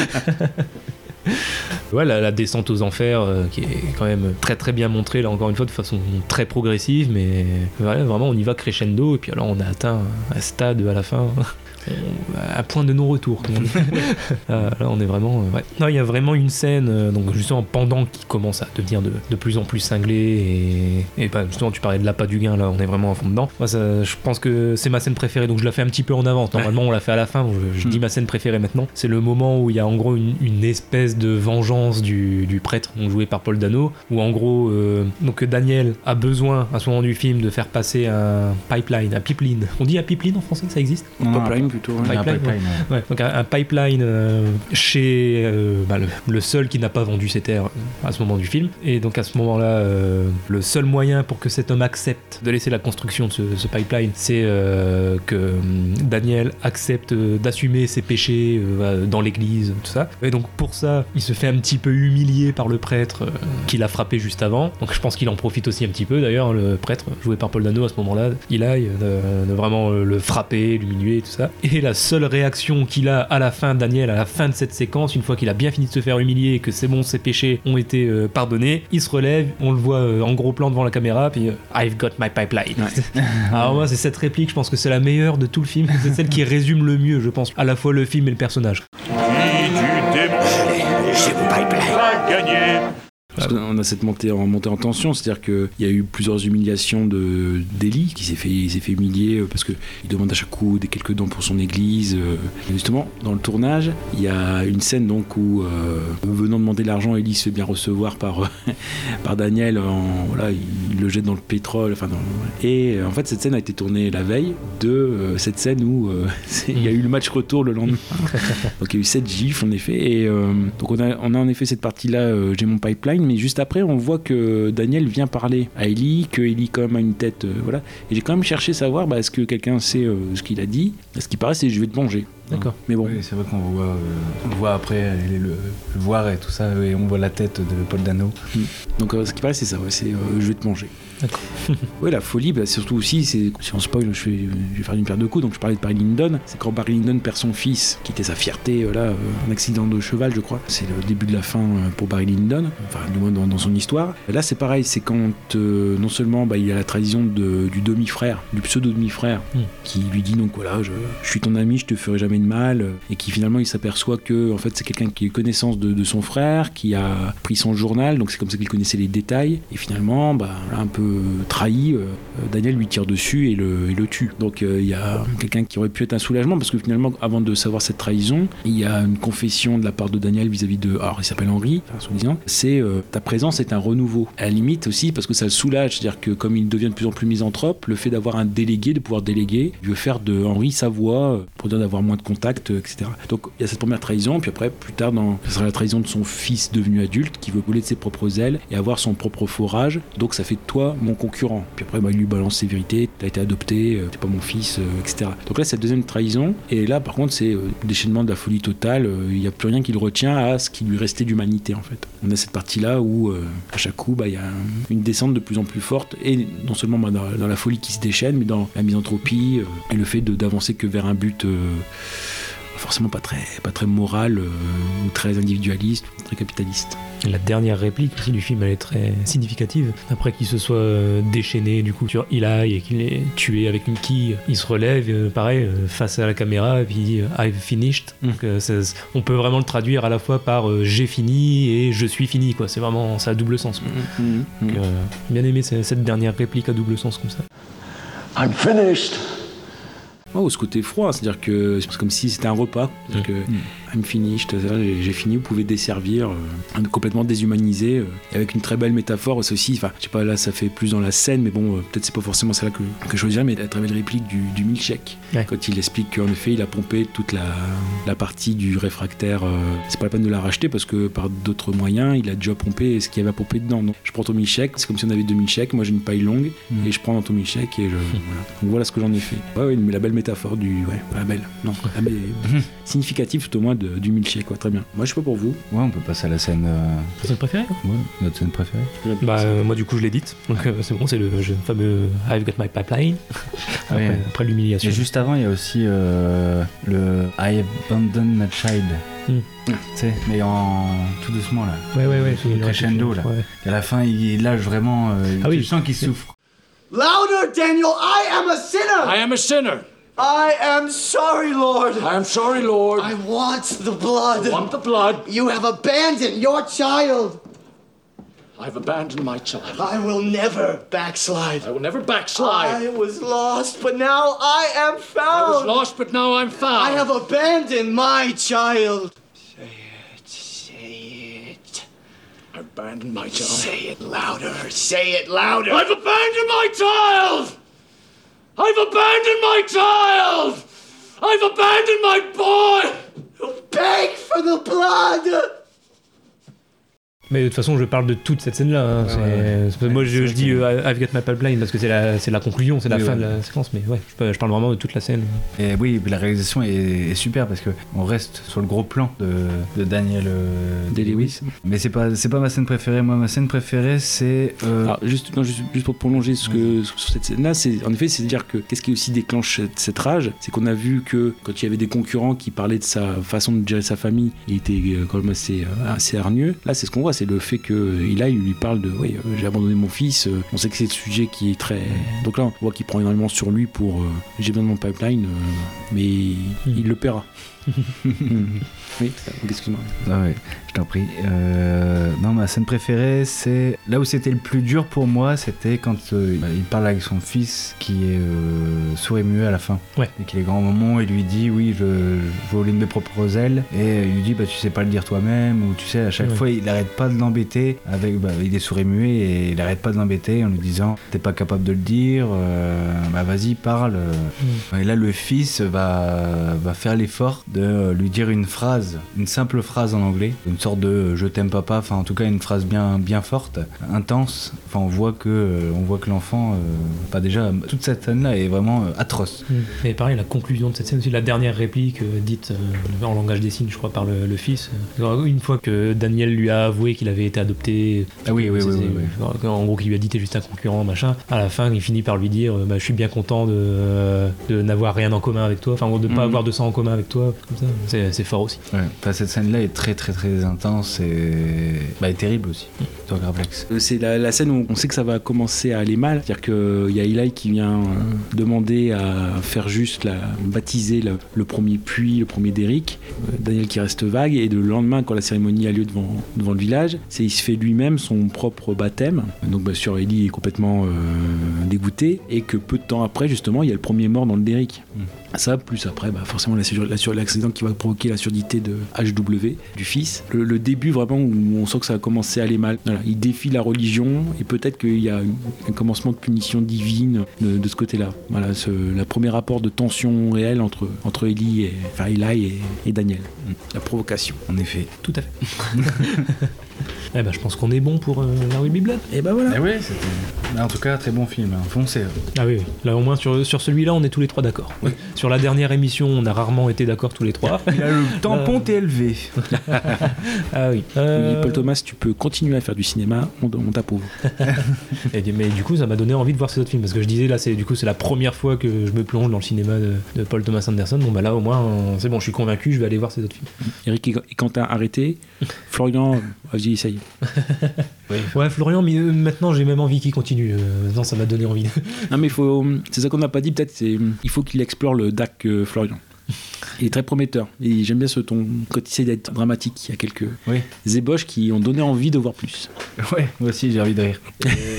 [SPEAKER 4] Ouais, la, la descente aux enfers euh, qui est quand même très très bien montrée là encore une fois de façon très progressive, mais ouais, vraiment on y va crescendo et puis alors on a atteint un stade à la fin. À point de non-retour, comme on dit. Là, là, on est vraiment. Euh, ouais. Non, il y a vraiment une scène, euh, donc justement pendant qui commence à devenir de, de plus en plus cinglé et, et bah, justement tu parlais de l'appât du gain, là on est vraiment à fond dedans. Moi, ça, je pense que c'est ma scène préférée, donc je la fais un petit peu en avance. Normalement, on l'a fait à la fin. Donc je, je dis ma scène préférée maintenant. C'est le moment où il y a en gros une, une espèce de vengeance du, du prêtre, donc joué par Paul Dano, où en gros, euh, donc Daniel a besoin à ce moment du film de faire passer un pipeline, un pipeline. On dit un pipeline en français, ça existe?
[SPEAKER 3] Un pipeline. Plutôt, hein.
[SPEAKER 4] Pipeline, un pipeline, ouais. Ouais. Donc un, un pipeline euh, chez euh, bah, le, le seul qui n'a pas vendu ses terres à ce moment du film. Et donc à ce moment-là, euh, le seul moyen pour que cet homme accepte de laisser la construction de ce, ce pipeline, c'est euh, que Daniel accepte d'assumer ses péchés euh, dans l'église, tout ça. Et donc pour ça, il se fait un petit peu humilier par le prêtre euh, qui l'a frappé juste avant. Donc je pense qu'il en profite aussi un petit peu d'ailleurs, le prêtre joué par Paul Dano à ce moment-là, il aille de, de vraiment le frapper, l'humilier, tout ça. Et la seule réaction qu'il a à la fin, Daniel, à la fin de cette séquence, une fois qu'il a bien fini de se faire humilier et que c'est bon, ses péchés ont été euh, pardonnés, il se relève, on le voit euh, en gros plan devant la caméra, puis euh, I've got my pipeline. Ouais. Alors moi, c'est cette réplique, je pense que c'est la meilleure de tout le film, c'est celle qui résume le mieux, je pense, à la fois le film et le personnage.
[SPEAKER 7] Qui du démon? Allez, j'ai mon pipeline. Gagné.
[SPEAKER 3] Parce qu'on a cette montée en, montée en tension, c'est-à-dire qu'il y a eu plusieurs humiliations de, d'Eli, qui s'est fait, il s'est fait humilier parce qu'il demande à chaque coup des quelques dons pour son église. Et justement, dans le tournage, il y a une scène donc où, euh, venant demander l'argent, Eli se fait bien recevoir par, par Daniel, en, voilà, il le jette dans le pétrole. Enfin, dans, et en fait, cette scène a été tournée la veille de euh, cette scène où euh, il y a eu le match retour le lendemain. Donc il y a eu sept gifs en effet. Et euh, donc on a, on a en effet cette partie-là, euh, j'ai mon pipeline, mais juste après, on voit que Daniel vient parler à Eli, que Eli quand même a une tête, euh, voilà. Et j'ai quand même cherché à savoir, bah, est-ce que quelqu'un sait euh, ce qu'il a dit. Ce qui paraît, c'est je vais te manger.
[SPEAKER 4] D'accord.
[SPEAKER 3] Mais bon.
[SPEAKER 6] Oui, c'est vrai qu'on voit, euh, on le voit après aller le, le voir et tout ça, et on voit la tête de Paul Dano.
[SPEAKER 3] Mmh. Donc euh, ce qui paraît, c'est ça, ouais, c'est euh, je vais te manger.
[SPEAKER 4] D'accord.
[SPEAKER 3] Oui, la folie, bah, surtout aussi, c'est, si on spoil, je vais, je vais faire une paire de coups. Donc je parlais de Barry Lyndon, c'est quand Barry Lyndon perd son fils, qui était sa fierté, euh, là, euh, un accident de cheval, je crois. C'est le début de la fin euh, pour Barry Lyndon, enfin du moins dans, dans son histoire. Et là, c'est pareil, c'est quand euh, non seulement bah, il y a la trahison de, du demi-frère, du pseudo-demi-frère, mmh. qui lui dit donc voilà, je, je suis ton ami, je te ferai jamais de mal, et qui finalement il s'aperçoit que en fait c'est quelqu'un qui a eu connaissance de, de son frère, qui a pris son journal, donc c'est comme ça qu'il connaissait les détails, et finalement, bah, là, un peu trahi, euh, Daniel lui tire dessus et le, et le tue. Donc il euh, y a quelqu'un qui aurait pu être un soulagement, parce que finalement, avant de savoir cette trahison, il y a une confession de la part de Daniel vis-à-vis de, alors il s'appelle Henri, enfin soi-disant, c'est euh, ta présence est un renouveau. À la limite aussi, parce que ça le soulage, c'est-à-dire que comme il devient de plus en plus misanthrope, le fait d'avoir un délégué, de pouvoir déléguer, il veut faire de Henri sa voix, pour dire d'avoir moins de contact, et cetera. Donc il y a cette première trahison, puis après, plus tard, dans, ce sera la trahison de son fils devenu adulte, qui veut voler de ses propres ailes et avoir son propre forage, donc ça fait de toi mon concurrent. Puis après, bah, il lui balance ses vérités, t'as été adopté, euh, t'es pas mon fils, euh, et cetera. Donc là, c'est la deuxième trahison, et là, par contre, c'est euh, le déchaînement de la folie totale, il euh, n'y a plus rien qui le retient à ce qui lui restait d'humanité, en fait. On a cette partie-là où, euh, à chaque coup, bah, il y a un, une descente de plus en plus forte, et non seulement bah, dans, dans la folie qui se déchaîne, mais dans la misanthropie, euh, et le fait de, d'avancer que vers un but... Euh, forcément pas très, pas très moral, euh, ou très individualiste, ou très capitaliste.
[SPEAKER 4] La dernière réplique aussi du film, elle est très significative. Après qu'il se soit euh, déchaîné du coup sur Eli et qu'il l'ait tué avec une quille, il se relève, euh, pareil, euh, face à la caméra, et puis il dit « I've finished mm. ». Donc, euh, ça, on peut vraiment le traduire à la fois par euh, « j'ai fini » et « je suis fini ». Quoi. C'est vraiment, ça a double sens. Mm. Mm. Donc, euh, bien aimé cette dernière réplique à double sens comme ça. « I'm finished ».
[SPEAKER 3] Oh, ce côté froid, c'est-à-dire que c'est comme si c'était un repas, c'est-à-dire que mmh. I'm finished, j'ai, j'ai fini, vous pouvez desservir, euh, complètement déshumanisé, euh, et avec une très belle métaphore, c'est aussi, enfin, je sais pas, là ça fait plus dans la scène, mais bon, euh, peut-être c'est pas forcément celle-là que, que je choisirais, mais la très belle réplique du, du milkshake, ouais. Quand il explique qu'en effet il a pompé toute la, la partie du réfractaire, euh, c'est pas la peine de la racheter parce que par d'autres moyens, il a déjà pompé ce qu'il y avait à pomper dedans. Donc je prends ton milkshake, c'est comme si on avait deux milkshakes, moi j'ai une paille longue, mmh. et je prends dans ton milkshake et je, mmh. voilà. Donc voilà ce que j'en ai fait. Ouais, ouais, mais la belle métaphore du, ouais, la belle, non, la belle, significative tout au moins de, du milkshake, quoi, très bien. Moi je sais pas pour vous.
[SPEAKER 6] Ouais, on peut passer à la scène. Euh...
[SPEAKER 4] Ta scène préférée?
[SPEAKER 6] Ouais, notre scène préférée.
[SPEAKER 4] Bah euh, moi du coup je l'ai dite, donc euh, c'est bon, c'est le, le fameux I've got my pipeline. Après, ouais. Après l'humiliation.
[SPEAKER 6] Et juste avant, il y a aussi euh, le I abandoned my child. Mm. Tu sais, mais en tout doucement là.
[SPEAKER 4] Ouais, ouais, ouais.
[SPEAKER 6] Le crescendo là. Ouais. Et à la fin, il lâche vraiment. Euh, ah, oui. Tu sens qu'il souffre.
[SPEAKER 7] Louder, Daniel! I am a sinner!
[SPEAKER 8] I am a sinner!
[SPEAKER 7] I am sorry, Lord!
[SPEAKER 8] I am sorry, Lord!
[SPEAKER 7] I want the blood!
[SPEAKER 8] I want the blood!
[SPEAKER 7] You have abandoned your child!
[SPEAKER 8] I've abandoned my child.
[SPEAKER 7] I will never backslide.
[SPEAKER 8] I will never backslide.
[SPEAKER 7] I was lost, but now I am found.
[SPEAKER 8] I was lost, but now I'm found.
[SPEAKER 7] I have abandoned my child. Say it, say it.
[SPEAKER 8] I've abandoned my child.
[SPEAKER 7] Say it louder, say it louder.
[SPEAKER 8] I've abandoned my child! I've abandoned my child! I've abandoned my boy!
[SPEAKER 7] Beg for the blood!
[SPEAKER 4] Mais de toute façon, je parle de toute cette scène-là. Hein. Ouais, c'est... Ouais, c'est... Moi, je, je dis euh, I've got my pipeline parce que c'est la, c'est la conclusion, c'est la oui, fin ouais. de la séquence. Mais ouais, je, je parle vraiment de toute la scène.
[SPEAKER 6] Et oui, la réalisation est, est super parce que on reste sur le gros plan de, de Daniel euh, Day-Lewis. Mais c'est pas, c'est pas ma scène préférée. Moi, ma scène préférée, c'est. Euh...
[SPEAKER 3] Alors, juste, non, juste, juste pour prolonger ce que, sur cette scène-là, c'est en effet, c'est de dire que qu'est-ce qui aussi déclenche cette, cette rage, c'est qu'on a vu que quand il y avait des concurrents qui parlaient de sa façon de gérer sa famille, il était quand même assez, assez hargneux. Là, c'est ce qu'on voit, c'est le fait que il a, il lui parle de oui, euh, j'ai abandonné mon fils, euh, on sait que c'est le sujet qui est très. Donc là, on voit qu'il prend énormément sur lui pour euh, j'ai besoin de mon pipeline, euh, mais mm. il le paiera. Oui, excuse-moi.
[SPEAKER 6] Ah ouais, je t'en prie. Euh, non, ma scène préférée, c'est là où c'était le plus dur pour moi, c'était quand euh, bah, il parle avec son fils qui est euh, sourd et muet à la fin.
[SPEAKER 4] Ouais.
[SPEAKER 6] Et qu'il est grand moment, il lui dit oui, je, je veux voler de mes propres ailes. Et il lui dit bah tu sais pas le dire toi-même, ou tu sais, à chaque ouais. fois il arrête pas de l'embêter avec, bah, il est sourd et muet et il arrête pas de l'embêter en lui disant t'es pas capable de le dire, euh, bah vas-y parle. Mm. Et là le fils va, va faire l'effort de lui dire une phrase, une simple phrase en anglais, une sorte de je t'aime papa, enfin en tout cas une phrase bien, bien forte, intense. Enfin on voit que, on voit que l'enfant, euh, bah déjà toute cette scène là est vraiment euh, atroce.
[SPEAKER 4] Mm. Et pareil la conclusion de cette scène aussi, la dernière réplique euh, dite euh, en langage des signes je crois par le, le fils, euh, une fois que Daniel lui a avoué qu'il avait été adopté,
[SPEAKER 6] ah oui oui oui, oui, oui.
[SPEAKER 4] en gros qu'il lui a dit t'es juste un concurrent machin, à la fin il finit par lui dire bah, je suis bien content de, euh, de n'avoir rien en commun avec toi, enfin de pas mm. avoir de sang en commun avec toi, comme ça. C'est, c'est fort aussi.
[SPEAKER 6] Ouais. Enfin, cette scène là est très très très intense et bah, est terrible aussi. Mm. Toi Gravelax.
[SPEAKER 3] C'est la, la scène où on sait que ça va commencer à aller mal, c'est-à-dire qu'il y a Eli qui vient euh, demander à faire juste la, baptiser le, le premier puits, le premier d'Eric, euh, Daniel qui reste vague, et le lendemain quand la cérémonie a lieu devant, devant le village, c'est il se fait lui-même son propre baptême, donc bien sûr Eli est complètement euh, dégoûté, et que peu de temps après justement il y a le premier mort dans le d'Eric. Mm. Ça, plus après, bah, forcément la, la, l'accident qui va provoquer la surdité de H W, du fils. Le, le début vraiment où on sent que ça a commencé à aller mal. Voilà, il défie la religion et peut-être qu'il y a un commencement de punition divine de, de ce côté-là. Voilà, ce, le premier rapport de tension réelle entre, entre Eli et, enfin, Eli et, et Daniel. La provocation.
[SPEAKER 6] En effet.
[SPEAKER 4] Tout à fait. Eh ben, je pense qu'on est bon pour euh, la Will Be Blood.
[SPEAKER 3] Et ben voilà.
[SPEAKER 6] Eh ouais, c'était... Mais en tout cas, très bon film. Hein. Foncez.
[SPEAKER 4] Ah oui, oui. Là, au moins, sur, sur celui-là, on est tous les trois d'accord. Oui. Sur la dernière émission, on a rarement été d'accord tous les trois.
[SPEAKER 6] Il a le tampon euh... T L V.
[SPEAKER 4] Ah oui. Euh...
[SPEAKER 3] oui. Paul Thomas, tu peux continuer à faire du cinéma, on, on t'approuve.
[SPEAKER 4] Et, mais du coup, ça m'a donné envie de voir ces autres films. Parce que je disais, là, c'est, du coup, c'est la première fois que je me plonge dans le cinéma de, de Paul Thomas Anderson. Bon, bah là, au moins, on... c'est bon, je suis convaincu, je vais aller voir ces autres films.
[SPEAKER 3] Eric et Quentin, arrêtez. Florian, vas-y, essaye.
[SPEAKER 4] Oui. Ouais, Florian, mais euh, maintenant j'ai même envie qu'il continue. Euh, maintenant ça m'a donné envie.
[SPEAKER 3] Non, mais il faut, c'est ça qu'on n'a pas dit, peut-être, c'est il faut qu'il explore le D A C euh, Florian. Il est très prometteur. Et j'aime bien ce ton, quand il essaie d'être dramatique. Il y a quelques oui. ébauches qui ont donné envie de voir plus.
[SPEAKER 6] Ouais, moi aussi j'ai envie de rire.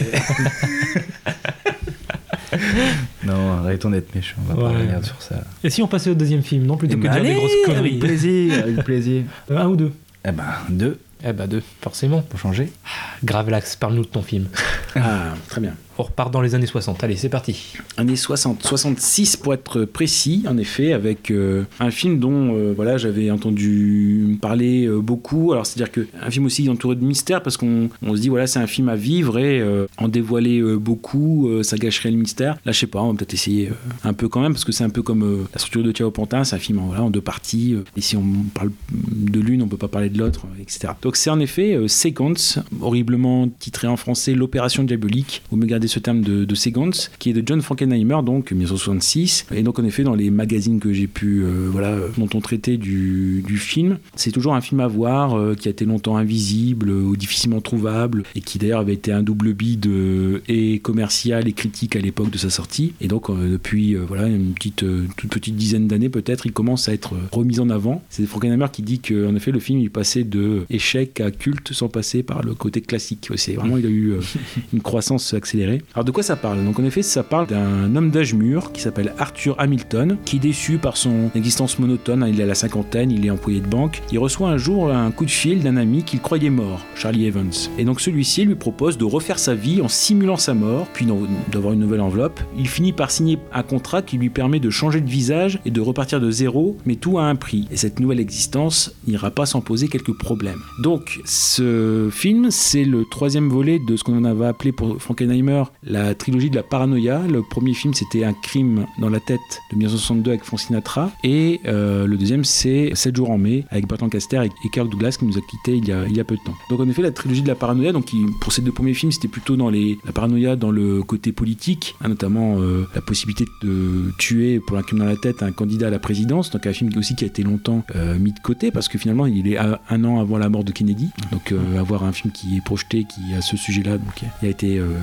[SPEAKER 6] Non, arrêtons d'être méchants, on va ouais. pas revenir sur ça.
[SPEAKER 4] Et si on passait au deuxième film, non, plutôt
[SPEAKER 6] et
[SPEAKER 4] que de dire
[SPEAKER 6] allez,
[SPEAKER 4] des grosses conneries.
[SPEAKER 6] Avec plaisir, avec plaisir.
[SPEAKER 4] Euh, un ou deux?
[SPEAKER 6] Eh ben, deux.
[SPEAKER 4] Eh ben, deux, forcément.
[SPEAKER 6] Pour changer.
[SPEAKER 4] Gravelax, parle-nous de ton film.
[SPEAKER 3] Ah, très bien.
[SPEAKER 4] On repart dans les années soixante. Allez, c'est parti.
[SPEAKER 3] Années soixante, soixante-six pour être précis, en effet, avec euh, un film dont euh, voilà, j'avais entendu parler euh, beaucoup. Alors, c'est-à-dire qu'un film aussi entouré de mystère, parce qu'on on se dit, voilà, c'est un film à vivre et euh, en dévoiler euh, beaucoup, euh, ça gâcherait le mystère. Là, je sais pas, on va peut-être essayer euh, un peu quand même, parce que c'est un peu comme euh, La structure de Thiao Pantin, c'est un film voilà, en deux parties. Euh, et si on parle de l'une, on peut pas parler de l'autre, euh, et cetera. Donc, c'est en effet euh, Sequence, horriblement titré en français L'Opération Diabolique. Vous me gardez ce terme de, de Sequence, qui est de John Frankenheimer, donc dix-neuf cent soixante-six. Et donc en effet, dans les magazines que j'ai pu, euh, voilà, dont on traitait du, du film, c'est toujours un film à voir euh, qui a été longtemps invisible ou difficilement trouvable, et qui d'ailleurs avait été un double bide euh, et commercial et critique à l'époque de sa sortie. Et donc euh, depuis euh, voilà une petite, euh, toute petite dizaine d'années peut-être, il commence à être remis en avant. C'est Frankenheimer qui dit qu'en effet le film il passait de échec à culte sans passer par le côté classique. C'est vraiment, il a eu euh, une croissance accélérée. Alors de quoi ça parle? Donc en effet ça parle d'un homme d'âge mûr qui s'appelle Arthur Hamilton, qui est déçu par son existence monotone. Il est à la cinquantaine, il est employé de banque. Il reçoit un jour un coup de fil d'un ami qu'il croyait mort, Charlie Evans. Et donc celui-ci lui propose de refaire sa vie en simulant sa mort, puis d'avoir une nouvelle enveloppe. Il finit par signer un contrat qui lui permet de changer de visage et de repartir de zéro, mais tout à un prix. Et cette nouvelle existence n'ira pas sans poser quelques problèmes. Donc ce film, c'est le troisième volet de ce qu'on avait appelé pour Frankenheimer la trilogie de la paranoïa. Le premier film, c'était Un crime dans la tête de dix-neuf cent soixante-deux avec Frank Sinatra, et euh, le deuxième, c'est sept jours en mai avec Burt Lancaster et, et Kirk Douglas qui nous a quittés il y a, il y a peu de temps. Donc en effet, la trilogie de la paranoïa, donc il, pour ces deux premiers films, c'était plutôt dans les, la paranoïa dans le côté politique, hein, notamment euh, la possibilité de tuer pour un crime dans la tête un candidat à la présidence, donc un film aussi qui a été longtemps euh, mis de côté parce que finalement il est à, un an avant la mort de Kennedy, donc euh, avoir un film qui est projeté qui a ce sujet-là, donc il a été euh, sorti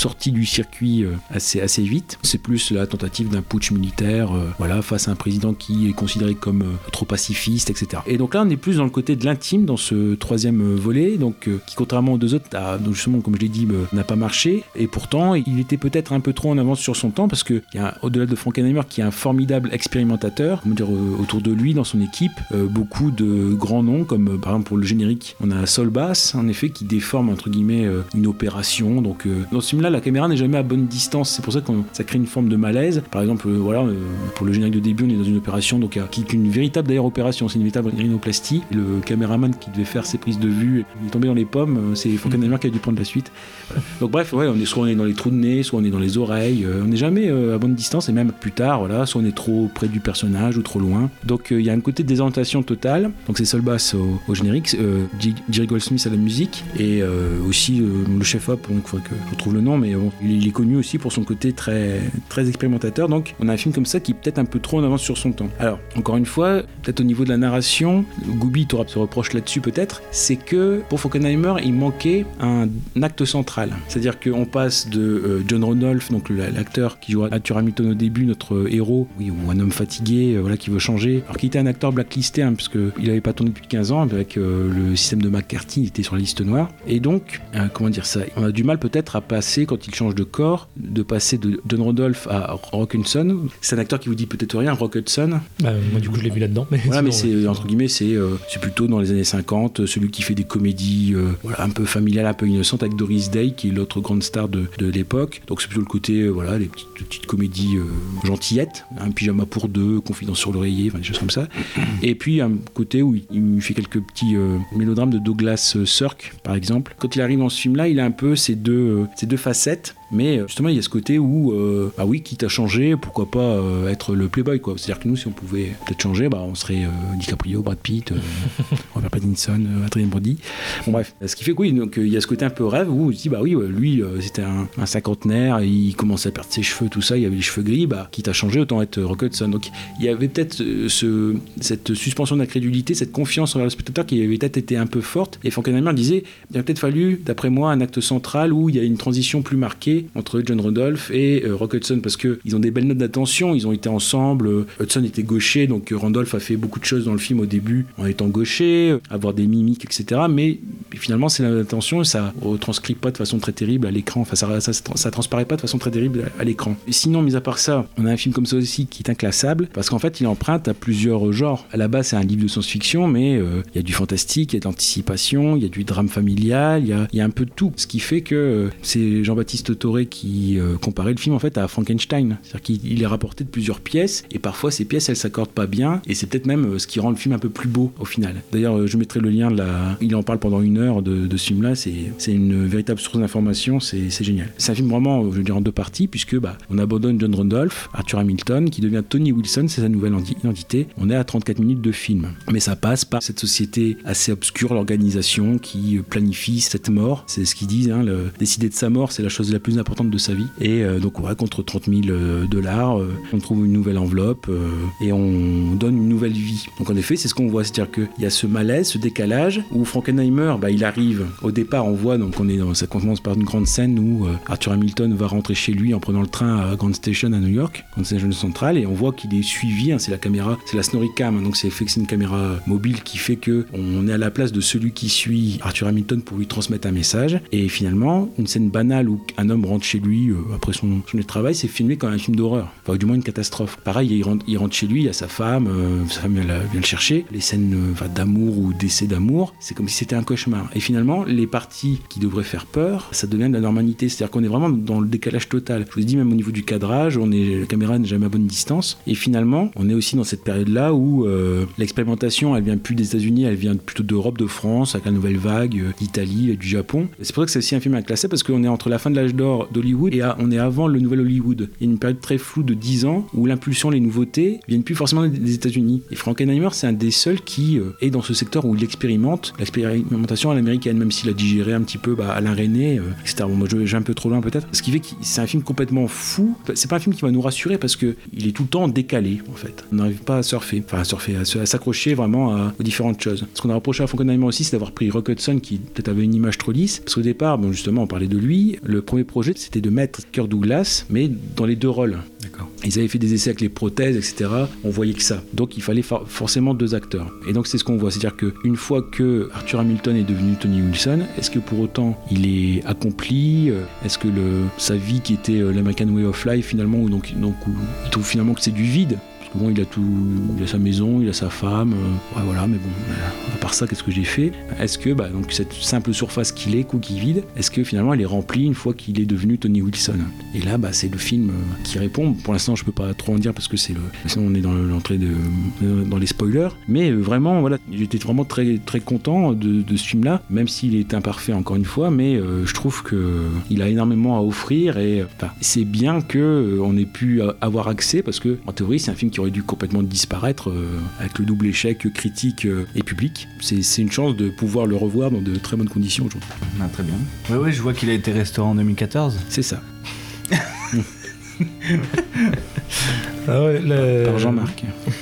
[SPEAKER 3] sorti du circuit euh, assez, assez vite. C'est plus la tentative d'un putsch militaire euh, voilà, face à un président qui est considéré comme euh, trop pacifiste, et cetera. Et donc là, on est plus dans le côté de l'intime dans ce troisième euh, volet, donc, euh, qui contrairement aux deux autres, a, donc justement, comme je l'ai dit, euh, n'a pas marché. Et pourtant, il était peut-être un peu trop en avance sur son temps parce qu'il y a, au-delà de Frankenheimer, qui est un formidable expérimentateur, comment dire, euh, autour de lui, dans son équipe, euh, beaucoup de grands noms, comme euh, par exemple pour le générique, on a Saul Bass, en effet, qui déforme entre guillemets euh, une opération. Donc euh, dans ce film-là, la caméra n'est jamais à bonne distance. C'est pour ça que ça crée une forme de malaise. Par exemple, euh, voilà, euh, pour le générique de début, on est dans une opération donc, euh, qui est une véritable d'ailleurs opération. C'est une véritable rhinoplastie. Le caméraman qui devait faire ses prises de vue, il est tombé dans les pommes. Euh, c'est Frankenheimer qui a dû prendre la suite. Voilà. Donc bref, ouais, on est soit on est dans les trous de nez, soit on est dans les oreilles. Euh, on n'est jamais euh, à bonne distance. Et même plus tard, voilà, soit on est trop près du personnage ou trop loin. Donc il euh, y a un côté de désorientation totale. Donc c'est Saul Bass au, au générique, euh, Jerry Goldsmith à la musique et euh, aussi euh, le chef-op, donc il faudrait que je retrouve le nom, mais bon, il est connu aussi pour son côté très, très expérimentateur. Donc on a un film comme ça qui est peut-être un peu trop en avance sur son temps. Alors encore une fois, peut-être au niveau de la narration, Gooby t'aura se reproche là-dessus peut-être, c'est que pour Frankenheimer il manquait un, un acte central. C'est-à-dire qu'on passe de euh, John Randolph, donc l'acteur qui joue Arthur Hamilton au début, notre euh, héros, oui, ou un homme fatigué, euh, voilà, qui veut changer, alors qu'il était un acteur blacklisté, hein, parce qu'il n'avait pas tourné depuis quinze ans, avec euh, le système de McCarthy, il était sur la liste noire. Et donc, euh, comment dire ça, on a du mal peut-être à passer, quand il change de corps, de passer de John Randolph à Rock Hudson. C'est un acteur qui vous dit peut-être rien, Rock Hudson.
[SPEAKER 4] Bah, moi du coup je l'ai vu là-dedans. Mais
[SPEAKER 3] voilà, mais
[SPEAKER 4] sinon,
[SPEAKER 3] c'est,
[SPEAKER 4] ouais.
[SPEAKER 3] entre guillemets, c'est, euh, c'est plutôt dans les années cinquante, celui qui fait des comédies euh, voilà, un peu familiales, un peu innocentes, avec Doris Day, qui est l'autre grande star de, de l'époque. Donc c'est plutôt le côté, euh, voilà, les petites, petites comédies euh, gentillettes, un pyjama pour deux, confidence sur l'oreiller, enfin des choses comme ça. Et puis un côté où il, il fait quelques petits euh, mélodrames de Douglas Sirk, par exemple. Quand il arrive dans ce film-là, il a un peu ces deux, euh, ces deux facettes. Mais justement, il y a ce côté où, euh, bah oui, quitte à changer, pourquoi pas euh, être le playboy, quoi. C'est-à-dire que nous, si on pouvait peut-être changer, bah, on serait euh, DiCaprio, Brad Pitt, euh, Robert Pattinson, euh, Adrien Brody. Bon, bref. Ce qui fait que oui, donc, euh, il y a ce côté un peu rêve où on se dit, bah oui, euh, lui, euh, c'était un, un cinquantenaire, il commençait à perdre ses cheveux, tout ça, il avait les cheveux gris, bah, quitte à changer, autant être Rock Hudson. Donc, il y avait peut-être euh, ce, cette suspension d'incrédulité, cette confiance envers le spectateur qui avait peut-être été un peu forte. Et Frankenheimer disait, il a peut-être fallu, d'après moi, un acte central où il y a une transition plus marquée entre John Randolph et euh, Rock Hudson, parce qu'ils ont des belles notes d'attention, ils ont été ensemble. euh, Hudson était gaucher, donc euh, Randolph a fait beaucoup de choses dans le film au début en étant gaucher, euh, avoir des mimiques, et cetera. Mais finalement, c'est l'attention et ça retranscrit pas de façon très terrible à l'écran, enfin ça, ça, ça, ça transparaît pas de façon très terrible à, à l'écran. Et sinon, mis à part ça, on a un film comme ça aussi qui est inclassable, parce qu'en fait, il emprunte à plusieurs genres. À la base, c'est un livre de science-fiction, mais euh, il y a du fantastique, il y a de l'anticipation, il y a du drame familial, il y a, il y a un peu de tout. Ce qui fait que euh, c'est Jean-Baptiste Toré qui euh, comparait le film en fait à Frankenstein. C'est-à-dire qu'il est rapporté de plusieurs pièces et parfois ces pièces elles s'accordent pas bien et c'est peut-être même euh, ce qui rend le film un peu plus beau au final. D'ailleurs euh, je mettrai le lien de la... il en parle pendant une heure de, de ce film-là, c'est, c'est une véritable source d'information, c'est, c'est génial. C'est un film vraiment, je veux dire, en deux parties puisque bah, on abandonne John Randolph, Arthur Hamilton qui devient Tony Wilson, c'est sa nouvelle identité. On est à trente-quatre minutes de film. Mais ça passe par cette société assez obscure, l'organisation qui planifie cette mort. C'est ce qu'ils disent, hein, le... décider de sa mort c'est la chose la plus importante de sa vie. Et euh, donc ouais, contre trente mille dollars, euh, on trouve une nouvelle enveloppe euh, et on donne une nouvelle vie. Donc en effet, c'est ce qu'on voit, c'est-à-dire qu'il y a ce malaise, ce décalage où Frankenheimer, bah, il arrive. Au départ, on voit, donc on est dans, ça commence par une grande scène où euh, Arthur Hamilton va rentrer chez lui en prenant le train à Grand Station à New York, Grand Station Central, et on voit qu'il est suivi. Hein, c'est la caméra, c'est la Snorri-Cam, hein, donc c'est fait que c'est une caméra mobile qui fait que on est à la place de celui qui suit Arthur Hamilton pour lui transmettre un message. Et finalement, une scène banale où un homme rentre chez lui euh, après son journée de travail, c'est filmé comme un film d'horreur, enfin du moins une catastrophe. Pareil, il rentre, il rentre chez lui, il y a sa femme, euh, sa femme vient, vient le chercher, les scènes euh, enfin, d'amour ou d'essai d'amour, c'est comme si c'était un cauchemar. Et finalement, les parties qui devraient faire peur, ça devient de la normalité, c'est-à-dire qu'on est vraiment dans le décalage total. Je vous ai dit, même au niveau du cadrage, on est, la caméra n'est jamais à bonne distance, et finalement, on est aussi dans cette période-là où euh, l'expérimentation, elle vient plus des États-Unis, elle vient plutôt d'Europe, de France, avec la nouvelle vague, euh, d'Italie, du Japon. Et c'est pour ça que c'est aussi un film inclassable, parce qu'on est entre la fin de l'âge d'or d'Hollywood et à, on est avant le nouvel Hollywood. Il y a une période très floue de dix ans où l'impulsion, les nouveautés viennent plus forcément des États-Unis. Et Frankenheimer, c'est un des seuls qui euh, est dans ce secteur où il expérimente l'expérimentation à l'américaine, même s'il a digéré un petit peu bah, Alain René, euh, et cetera. Bon, moi, je vais un peu trop loin peut-être. Ce qui fait que c'est un film complètement fou. C'est pas un film qui va nous rassurer parce que il est tout le temps décalé en fait. On n'arrive pas à surfer, enfin à surfer, à, à s'accrocher vraiment à, aux différentes choses. Ce qu'on a reproché à Frankenheimer aussi, c'est d'avoir pris Rock Hudson qui peut-être avait une image trop lisse. Parce qu'au départ, bon justement, on parlait de lui. Le premier projet projet, c'était de mettre Kirk Douglas, mais dans les deux rôles.
[SPEAKER 6] D'accord.
[SPEAKER 3] Ils avaient fait des essais avec les prothèses, et cetera. On voyait que ça. Donc il fallait for- forcément deux acteurs. Et donc c'est ce qu'on voit. C'est-à-dire qu'une fois que Arthur Hamilton est devenu Tony Wilson, est-ce que pour autant il est accompli ? Est-ce que le, sa vie qui était euh, l'American Way of Life finalement, où, donc, donc, où il trouve finalement que c'est du vide ? Parce que bon, il a tout, il a sa maison, il a sa femme, euh, ouais, voilà, mais bon, euh, à part ça, qu'est-ce que j'ai fait ? Est-ce que, bah, donc, cette simple surface qu'il est, qui vide, est-ce que finalement elle est remplie une fois qu'il est devenu Tony Wilson ? Et là, bah, c'est le film euh, qui répond. Pour l'instant, je peux pas trop en dire parce que c'est le, sinon on est dans l'entrée de, dans les spoilers. Mais euh, vraiment, voilà, j'étais vraiment très, très content de, de ce film-là, même s'il est imparfait encore une fois, mais euh, je trouve que il a énormément à offrir et enfin, c'est bien que euh, on ait pu avoir accès parce que en théorie, c'est un film qui aurait dû complètement disparaître euh, avec le double échec critique euh, et public. C'est, c'est une chance de pouvoir le revoir dans de très bonnes conditions aujourd'hui.
[SPEAKER 6] Ah, très bien. Oui, oui, je vois qu'il a été restauré en deux mille quatorze.
[SPEAKER 3] C'est ça.
[SPEAKER 4] Ah ouais, la...
[SPEAKER 3] Par Jean-Marc.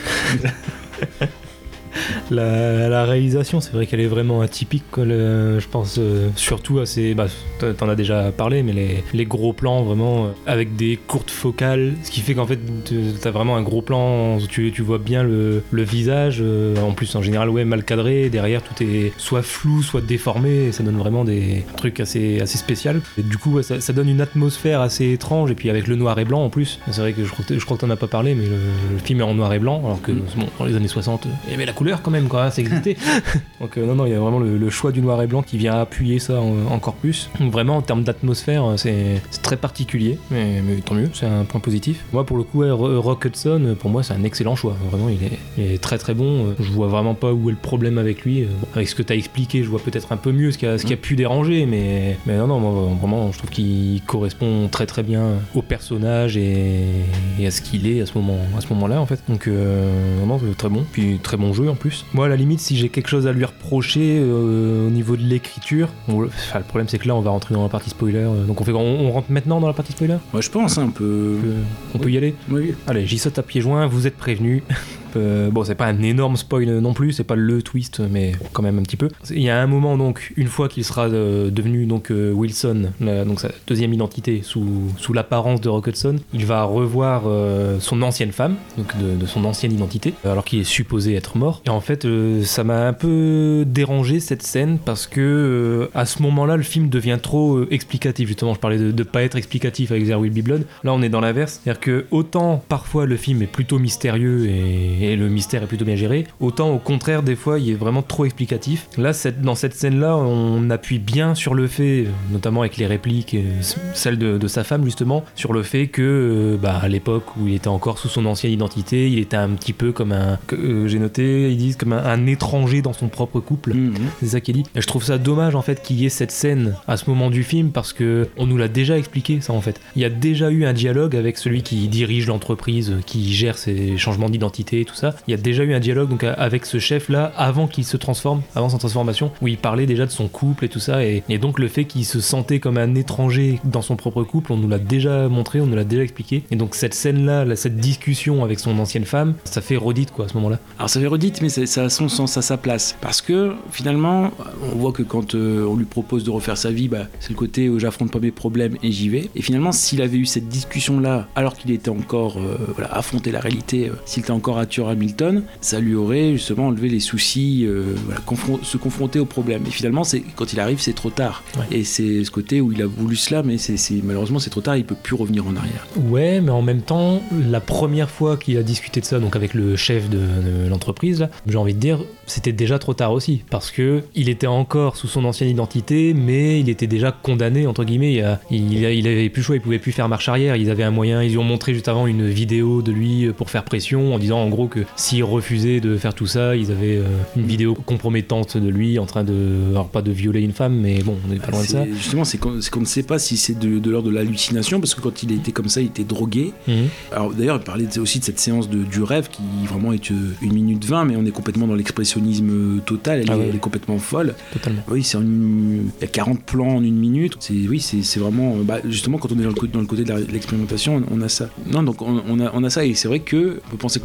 [SPEAKER 4] La, la réalisation, c'est vrai qu'elle est vraiment atypique, quoi, le, je pense euh, surtout à ces... Bah, t'en as déjà parlé, mais les, les gros plans vraiment euh, avec des courtes focales, ce qui fait qu'en fait t'as vraiment un gros plan, tu, tu vois bien le, le visage, euh, en plus en général ouais, mal cadré, derrière tout est soit flou, soit déformé, et ça donne vraiment des trucs assez, assez spéciaux. Et du coup ouais, ça, ça donne une atmosphère assez étrange, et puis avec le noir et blanc en plus, c'est vrai que je crois que, je crois que t'en as pas parlé, mais le, le film est en noir et blanc, alors que bon, dans les années soixante, il y avait la couleur quand même, quoi, ça existait. Donc euh, non, non, il y a vraiment le, le choix du noir et blanc qui vient appuyer ça en, encore plus. Donc vraiment, en termes d'atmosphère, c'est, c'est très particulier, mais, mais tant mieux, c'est un point positif. Moi, pour le coup, ouais, Rock Hudson, pour moi, c'est un excellent choix. Vraiment, il est, il est très très bon. Je vois vraiment pas où est le problème avec lui. Bon, avec ce que t'as expliqué, je vois peut-être un peu mieux ce qui a, ce qui a pu déranger, mais, mais non, non, moi, vraiment, je trouve qu'il correspond très très bien au personnage et, et à ce qu'il est à ce moment, à ce moment-là, en fait. Donc, euh, non, non, très bon. Puis très bon jeu en plus. Moi, à la limite, si j'ai quelque chose à lui reprocher euh, au niveau de l'écriture, bon, le, enfin, le problème c'est que là, on va rentrer dans la partie spoiler. Euh, donc on fait, on, on rentre maintenant dans la partie spoiler.
[SPEAKER 3] Ouais, je pense un peu.
[SPEAKER 4] Euh, on oui. peut y aller.
[SPEAKER 3] Oui.
[SPEAKER 4] Allez, j'y saute à pieds joints. Vous êtes prévenus. Euh, bon, c'est pas un énorme spoil non plus, c'est pas le twist, mais quand même un petit peu. Il y a un moment, donc, une fois qu'il sera euh, devenu donc euh, Wilson, la, donc sa deuxième identité sous, sous l'apparence de Rock Hudson, il va revoir euh, son ancienne femme, donc de, de son ancienne identité, alors qu'il est supposé être mort. Et en fait, euh, ça m'a un peu dérangé cette scène parce que euh, à ce moment-là, le film devient trop euh, explicatif. Justement, je parlais de, de pas être explicatif avec There Will Be Blood. Là, on est dans l'inverse, c'est-à-dire que autant parfois le film est plutôt mystérieux et et le mystère est plutôt bien géré, autant au contraire des fois il est vraiment trop explicatif. Là cette, dans cette scène là on appuie bien sur le fait, notamment avec les répliques, celle de, de sa femme justement, sur le fait que bah, à l'époque où il était encore sous son ancienne identité, il était un petit peu comme un, que, euh, j'ai noté, ils disent comme un, un étranger dans son propre couple. Mmh. C'est ça qu'il dit. Et je trouve ça dommage en fait qu'il y ait cette scène à ce moment du film parce que on nous l'a déjà expliqué ça en fait. Il y a déjà eu un dialogue avec celui qui dirige l'entreprise, qui gère ses changements d'identité et tout ça. Il y a déjà eu un dialogue donc avec ce chef là avant qu'il se transforme, avant sa transformation, où il parlait déjà de son couple et tout ça, et, et donc le fait qu'il se sentait comme un étranger dans son propre couple, on nous l'a déjà montré, on nous l'a déjà expliqué, et donc cette scène là, là cette discussion avec son ancienne femme, ça fait redite quoi à ce moment là.
[SPEAKER 3] Alors ça fait redite, mais ça a son sens, à sa place, parce que finalement on voit que quand euh, on lui propose de refaire sa vie, bah, c'est le côté où j'affronte pas mes problèmes et j'y vais, et finalement s'il avait eu cette discussion là alors qu'il était encore euh, voilà, affronté la réalité, euh, s'il était encore à Hamilton, ça lui aurait justement enlevé les soucis, euh, voilà, confron- se confronter au problème. Et finalement, c'est, quand il arrive, c'est trop tard. Ouais. Et c'est ce côté où il a voulu cela, mais c'est, c'est, malheureusement, c'est trop tard, il peut plus revenir en arrière.
[SPEAKER 4] Ouais, mais en même temps, la première fois qu'il a discuté de ça, donc avec le chef de, de l'entreprise, là, j'ai envie de dire, c'était déjà trop tard aussi, parce que il était encore sous son ancienne identité, mais il était déjà condamné, entre guillemets, il, a, il, a, il avait plus le choix, il pouvait plus faire marche arrière, ils avaient un moyen, ils lui ont montré juste avant une vidéo de lui pour faire pression, en disant en gros que s'il refusait de faire tout ça, ils avaient euh, une vidéo compromettante de lui en train de, alors pas de violer une femme, mais bon, on n'est pas loin
[SPEAKER 3] c'est,
[SPEAKER 4] de ça.
[SPEAKER 3] Justement, c'est qu'on, c'est qu'on ne sait pas si c'est de, de l'ordre de l'hallucination, parce que quand il était comme ça, il était drogué. Mmh. Alors d'ailleurs, il parlait aussi de cette séance de, du rêve qui vraiment est une minute vingt, mais on est complètement dans l'expressionnisme total, elle, ah est, ouais. elle est complètement folle.
[SPEAKER 4] Totalement.
[SPEAKER 3] Oui, c'est une, il y a quarante plans en une minute. C'est, oui, c'est, c'est vraiment, bah, justement, quand on est dans le, dans le côté de, la, de l'expérimentation, on, on a ça. Non, donc on, on, a, on a ça, et c'est vrai que on peut penser que le film est un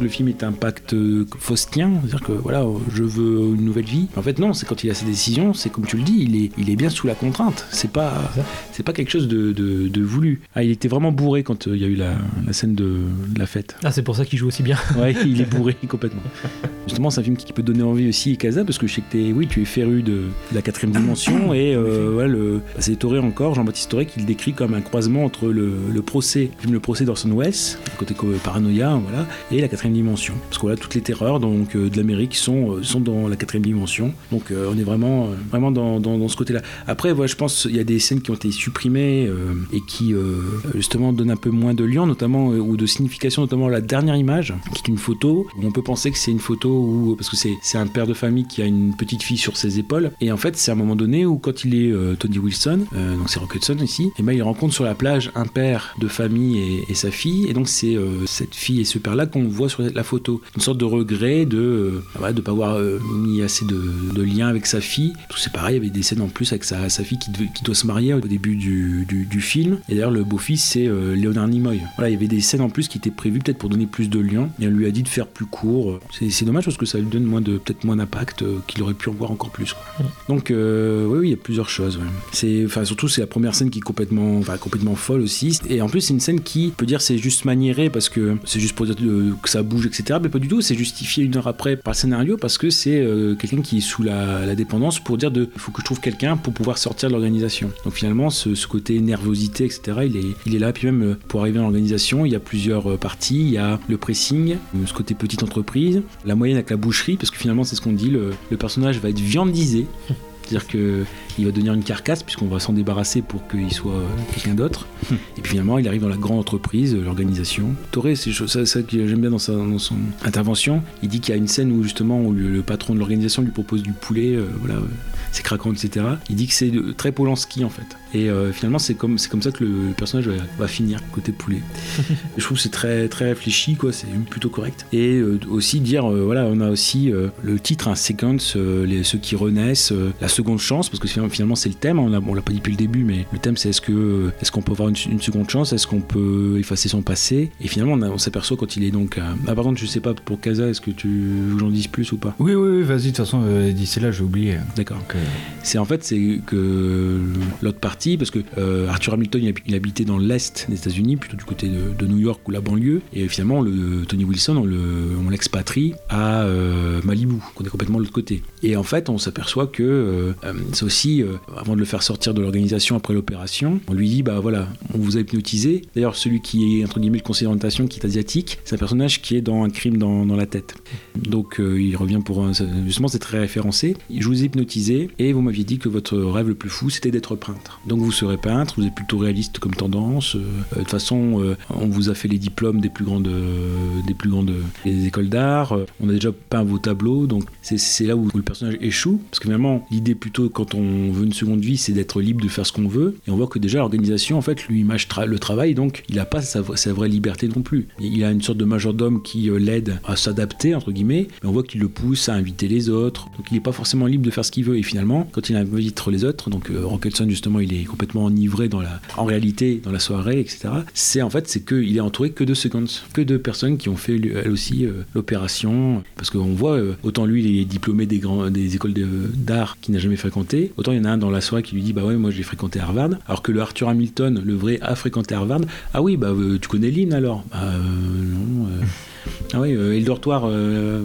[SPEAKER 3] un pacte faustien, c'est-à-dire que voilà, je veux une nouvelle vie. En fait, non, c'est quand il a ses décisions, c'est comme tu le dis, il est, il est bien sous la contrainte. C'est pas, c'est pas quelque chose de, de, de voulu. Ah, il était vraiment bourré quand il euh, y a eu la, la scène de, de la fête.
[SPEAKER 4] Ah, c'est pour ça qu'il joue aussi bien.
[SPEAKER 3] Ouais, il est bourré complètement. Justement, c'est un film qui peut donner envie aussi, Casa, parce que je sais que t'es, oui, tu es féru de, de la quatrième dimension, et euh, ouais, le, bah, c'est Toré encore, Jean-Baptiste Toré, qui le décrit comme un croisement entre le, le procès, le film Le procès d'Orson Welles, côté paranoïa, voilà, et la quatrième dimension. Parce que voilà, toutes les terreurs donc, euh, de l'Amérique sont, euh, sont dans la quatrième dimension. Donc euh, on est vraiment, euh, vraiment dans, dans, dans ce côté-là. Après, voilà, je pense qu'il y a des scènes qui ont été supprimées euh, et qui euh, justement donnent un peu moins de lien, notamment, euh, ou de signification, notamment la dernière image, qui est une photo, où on peut penser que c'est une photo où, parce que c'est, c'est un père de famille qui a une petite fille sur ses épaules, et en fait c'est à un moment donné où quand il est euh, Tony Wilson, euh, donc c'est Rock Hudson ici, et ben il rencontre sur la plage un père de famille et, et sa fille, et donc c'est euh, cette fille et ce père-là qu'on voit sur la photo. Une sorte de regret de euh, voilà, de pas avoir euh, mis assez de, de liens avec sa fille. Tout c'est pareil, il y avait des scènes en plus avec sa, sa fille qui, devait, qui doit se marier au début du, du, du film. Et d'ailleurs le beau-fils c'est euh, Léonard Nimoy. Voilà, il y avait des scènes en plus qui étaient prévues peut-être pour donner plus de liens. Et on lui a dit de faire plus court. C'est, c'est dommage parce que ça lui donne moins de, peut-être moins d'impact euh, qu'il aurait pu en voir encore plus. Quoi. Donc euh, oui, oui, il y a plusieurs choses. Ouais. C'est, enfin surtout c'est la première scène qui est complètement, enfin, complètement folle aussi. Et en plus c'est une scène qui peut dire c'est juste maniéré parce que c'est juste pour dire euh, que ça bouge, et cetera. Mais pas du tout, c'est justifié une heure après par le scénario parce que c'est euh, quelqu'un qui est sous la, la dépendance pour dire de il faut que je trouve quelqu'un pour pouvoir sortir de l'organisation. Donc finalement, ce, ce côté nervosité, et cetera, il est, il est là. Puis même euh, pour arriver à l'organisation, il y a plusieurs euh, parties. Il y a le pressing, euh, ce côté petite entreprise, la moyenne avec la boucherie, parce que finalement, c'est ce qu'on dit, le, le personnage va être viandisé. C'est-à-dire qu'il va devenir une carcasse puisqu'on va s'en débarrasser pour qu'il soit quelqu'un d'autre. Et puis finalement, il arrive dans la grande entreprise, l'organisation. Toré, c'est ça, ça que j'aime bien dans, sa, dans son intervention. Il dit qu'il y a une scène où justement où le, le patron de l'organisation lui propose du poulet, euh, voilà, euh, c'est craquant, et cetera. Il dit que c'est de, très Polanski en fait. Et euh, finalement, c'est comme, c'est comme ça que le, le personnage va, va finir côté poulet. Je trouve que c'est très, très réfléchi, quoi. C'est plutôt correct. Et euh, aussi dire, euh, voilà, on a aussi euh, le titre, un séquence, euh, les, ceux qui renaissent, euh, la seconde chance, parce que finalement c'est le thème, on l'a, on l'a pas dit depuis le début, mais le thème c'est est-ce que est-ce qu'on peut avoir une, une seconde chance, est-ce qu'on peut effacer son passé, et finalement on, a, on s'aperçoit quand il est donc à... ah par contre je sais pas pour Casa, est-ce que tu veux que j'en dise plus ou pas?
[SPEAKER 6] Oui oui, oui vas-y, de toute façon euh, d'ici là j'ai oublié.
[SPEAKER 3] D'accord.
[SPEAKER 6] Donc, euh...
[SPEAKER 3] c'est en fait c'est que l'autre partie, parce que euh, Arthur Hamilton il habitait dans l'est des États-Unis, plutôt du côté de, de New York ou la banlieue, et finalement le Tony Wilson on, le, on l'expatrie à euh, Malibu, qu'on est complètement de l'autre côté, et en fait on s'aperçoit que euh, c'est aussi, euh, avant de le faire sortir de l'organisation après l'opération, on lui dit bah voilà, on vous a hypnotisé. D'ailleurs, celui qui est entre guillemets le conseiller d'orientation, qui est asiatique, c'est un personnage qui est dans un crime dans, dans la tête. Donc euh, il revient pour un, justement, c'est très référencé. Je vous ai hypnotisé et vous m'aviez dit que votre rêve le plus fou c'était d'être peintre. Donc vous serez peintre, vous êtes plutôt réaliste comme tendance. Euh, de toute façon, euh, on vous a fait les diplômes des plus grandes, euh, des plus grandes des écoles d'art. Euh, on a déjà peint vos tableaux. Donc c'est, c'est là où, où le personnage échoue, parce que finalement l'idée plutôt quand on veut une seconde vie, c'est d'être libre de faire ce qu'on veut. Et on voit que déjà l'organisation, en fait, lui image tra- le travail, donc il n'a pas sa, sa vraie liberté non plus. Il a une sorte de majordome qui euh, l'aide à s'adapter, entre guillemets, mais on voit qu'il le pousse à inviter les autres. Donc il n'est pas forcément libre de faire ce qu'il veut. Et finalement, quand il invite les autres, donc euh, Rock Hudson, justement, il est complètement enivré dans la, en réalité, dans la soirée, et cetera. C'est en fait, c'est qu'il est entouré que de seconds, que de personnes qui ont fait elles aussi euh, l'opération. Parce qu'on voit, euh, autant lui, il est diplômé des, grands, des écoles de, d'art qu'il n'a jamais fréquenté, autant il y en a un dans la soirée qui lui dit bah ouais, moi j'ai fréquenté Harvard, alors que le Arthur Hamilton, le vrai, a fréquenté Harvard. Ah oui, bah euh, tu connais Lynn alors? Bah euh, non. Euh... Ah oui, euh, et le dortoir euh...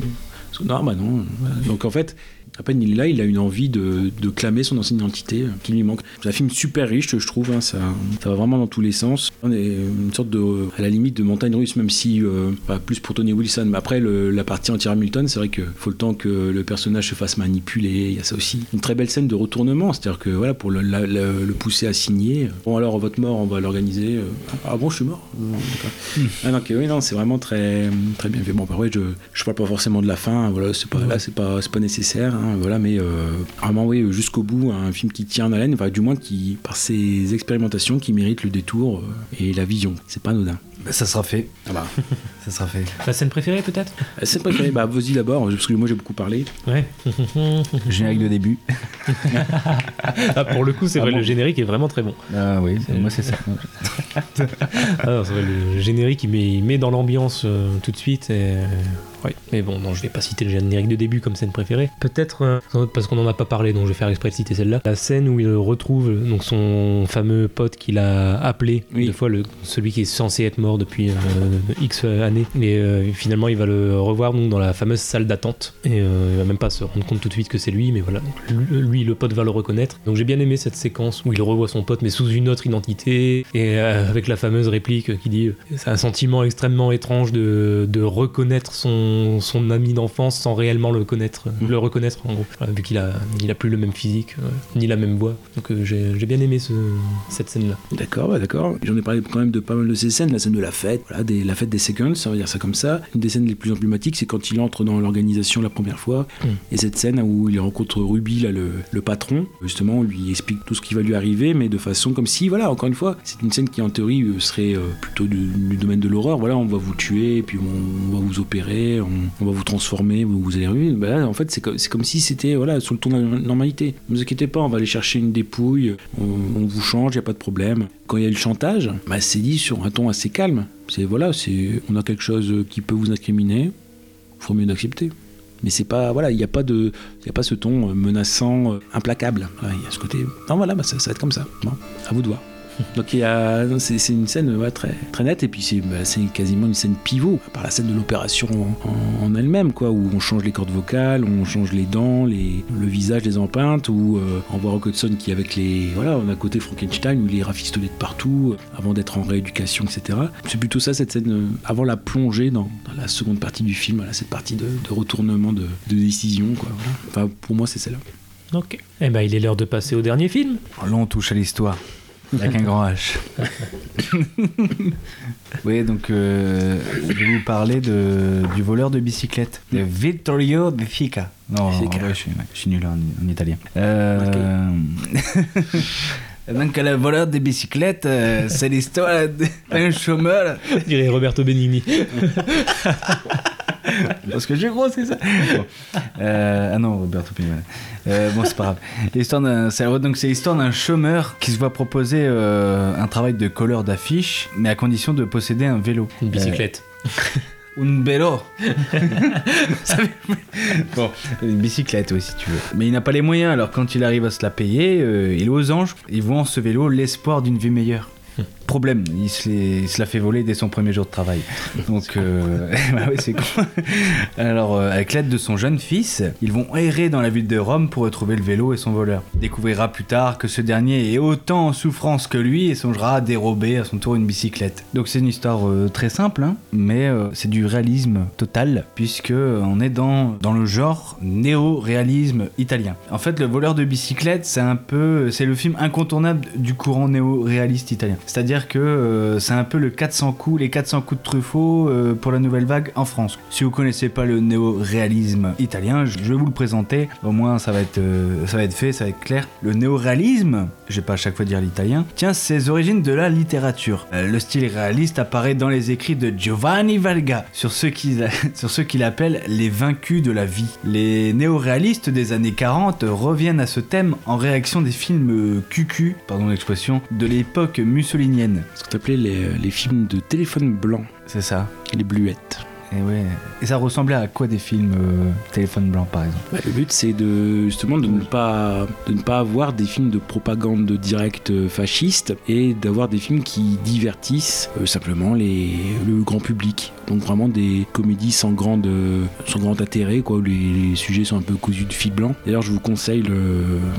[SPEAKER 3] non, bah non. Donc en fait, à peine il est là, il a une envie de, de clamer son ancienne identité euh, qui lui manque. C'est un film super riche, je trouve, hein, ça, ça va vraiment dans tous les sens. On est une sorte de, à la limite de montagne russe, même si, euh, pas plus pour Tony Wilson, mais après le, la partie anti-Hamilton, c'est vrai qu'il faut le temps que le personnage se fasse manipuler, il y a ça aussi. Une très belle scène de retournement, c'est-à-dire que voilà, pour le, la, le, le pousser à signer, bon alors votre mort, on va l'organiser. Ah bon, je suis mort? D'accord. Ah, donc, oui, non, c'est vraiment très, très bien fait. Bon, bah ouais, je, je parle pas forcément de la fin, voilà, c'est pas, là, c'est pas, c'est pas nécessaire. hein, voilà, mais euh, vraiment, oui, jusqu'au bout, un film qui tient en haleine, enfin, du moins qui, par ses expérimentations, qui mérite le détour euh, et la vision. C'est pas anodin.
[SPEAKER 6] Bah, ça sera fait.
[SPEAKER 3] Ah bah.
[SPEAKER 6] Ça sera fait.
[SPEAKER 4] La scène préférée peut-être ?
[SPEAKER 3] La scène préférée, bah vas-y d'abord, parce que moi j'ai beaucoup parlé.
[SPEAKER 4] Ouais.
[SPEAKER 6] Générique de début.
[SPEAKER 4] Ah, pour le coup, c'est
[SPEAKER 6] ah
[SPEAKER 4] vrai,
[SPEAKER 6] bon.
[SPEAKER 4] le générique est vraiment très bon.
[SPEAKER 6] Ah oui, c'est... moi c'est ça.
[SPEAKER 4] Ah, non, c'est vrai, le générique, il met, il met dans l'ambiance euh, tout de suite. Et... Ouais. Mais bon, non, je vais pas citer le générique de début comme scène préférée. Peut-être, euh, parce qu'on en a pas parlé, donc je vais faire exprès de citer celle-là. La scène où il retrouve euh, donc son fameux pote qu'il a appelé,
[SPEAKER 3] oui.
[SPEAKER 4] deux fois le, celui qui est censé être mort depuis euh, X années. Et euh, finalement, il va le revoir donc, dans la fameuse salle d'attente. Et euh, il va même pas se rendre compte tout de suite que c'est lui, mais voilà. Donc, lui, le pote va le reconnaître. Donc j'ai bien aimé cette séquence où il revoit son pote, mais sous une autre identité. Et euh, avec la fameuse réplique qui dit euh, c'est un sentiment extrêmement étrange de, de reconnaître son son ami d'enfance sans réellement le connaître, mmh. le reconnaître en gros, voilà, vu qu'il a, il a plus le même physique, euh, ni la même voix. Donc euh, j'ai, j'ai bien aimé ce, cette scène-là.
[SPEAKER 3] D'accord, bah d'accord. J'en ai parlé quand même de pas mal de ces scènes, la scène de la fête, voilà, des, la fête des seconds, on va dire ça comme ça. Une des scènes les plus emblématiques, c'est quand il entre dans l'organisation la première fois, mmh. et cette scène où il rencontre Ruby, là, le, le patron, justement, on lui explique tout ce qui va lui arriver, mais de façon comme si, voilà, encore une fois, c'est une scène qui en théorie serait euh, plutôt du, du domaine de l'horreur, voilà, on va vous tuer, et puis on, on va vous opérer, on, on va vous transformer, vous, vous allez ruiner. Bah là, en fait, c'est comme, c'est comme si c'était voilà, sur le ton de la normalité. Ne vous inquiétez pas, on va aller chercher une dépouille, on, on vous change, il n'y a pas de problème. Quand il y a eu le chantage, bah, c'est dit sur un ton assez calme. C'est voilà, c'est, on a quelque chose qui peut vous incriminer, il faut mieux d'accepter. Mais c'est pas, voilà, il n'y a pas de, il y a pas ce ton menaçant, implacable. Voilà, il y a ce côté, non voilà, bah, ça, ça va être comme ça. Bon, à vous de voir. Donc il y a, c'est, c'est une scène ouais, très, très nette et puis c'est, bah, c'est quasiment une scène pivot par la scène de l'opération en, en, en elle-même quoi, où on change les cordes vocales, on change les dents, les, le visage, les empreintes, où euh, on voit Rock Hudson qui avec les, voilà, on a côté Frankenstein où il est rafistolé de partout euh, avant d'être en rééducation, et cetera. C'est plutôt ça cette scène euh, avant la plongée dans, dans la seconde partie du film, voilà, cette partie de, de retournement de, de décision quoi. Voilà. Enfin pour moi c'est celle-là.
[SPEAKER 4] Ok. Eh ben il est l'heure de passer au dernier film.
[SPEAKER 6] Là on touche à l'histoire. Avec un grand H. Oui, donc euh, je vais vous parler de, du voleur de bicyclette, de Vittorio De Sica. Non,
[SPEAKER 3] Sica.
[SPEAKER 6] Ouais, je, suis, ouais, je suis nul en, en italien. Euh... Okay. Donc le voleur de bicyclette, euh, c'est l'histoire d'un chômeur.
[SPEAKER 4] Je dirais Roberto Benigni.
[SPEAKER 6] Parce que j'ai gros, c'est ça. Bon. Euh, ah non, Roberto Benigni. Euh, bon, c'est pas grave. L'histoire d'un, c'est, donc c'est l'histoire d'un chômeur qui se voit proposer euh, un travail de colleur d'affiches, mais à condition de posséder un vélo.
[SPEAKER 4] Une bicyclette.
[SPEAKER 6] Euh, un vélo. Bon, une bicyclette, oui, si tu veux. Mais il n'a pas les moyens, alors quand il arrive à se la payer, euh, il est aux anges. Il voit en ce vélo l'espoir d'une vie meilleure. Problème, il se, les, il se l'a fait voler dès son premier jour de travail. Donc, euh, bah oui, c'est con. Alors, euh, avec l'aide de son jeune fils, ils vont errer dans la ville de Rome pour retrouver le vélo et son voleur. Il découvrira plus tard que ce dernier est autant en souffrance que lui et songera à dérober à son tour une bicyclette. Donc, c'est une histoire euh, très simple, hein, mais euh, c'est du réalisme total, puisque on est dans, dans le genre néo-réalisme italien. En fait, le voleur de bicyclette, c'est un peu, c'est le film incontournable du courant néo-réaliste italien. C'est-à-dire que euh, c'est un peu le quatre cents coups, les quatre cents coups de Truffaut euh, pour la nouvelle vague en France. Si vous connaissez pas le néo-réalisme italien, je vais vous le présenter. Au moins, ça va être, euh, ça va être fait, ça va être clair. Le néo-réalisme, je vais pas à chaque fois dire l'italien, tient ses origines de la littérature. Euh, le style réaliste apparaît dans les écrits de Giovanni Valga sur ceux qu'il, sur ceux qu'il appelle les vaincus de la vie. Les néo-réalistes des années quarante reviennent à ce thème en réaction des films cucu, pardon l'expression, de l'époque mussolinienne.
[SPEAKER 3] Ce qu'on appelait les, les films de téléphone blanc.
[SPEAKER 6] C'est ça.
[SPEAKER 3] Les bluettes.
[SPEAKER 6] Et ouais. Et ça ressemblait à quoi des films euh, téléphone blanc par exemple?
[SPEAKER 3] Bah, le but c'est de justement de ne pas de ne pas avoir des films de propagande directe fasciste et d'avoir des films qui divertissent euh, simplement les le grand public. Donc vraiment des comédies sans grande sans grand intérêt quoi, où les, les sujets sont un peu cousus de fil blanc. D'ailleurs je vous conseille le,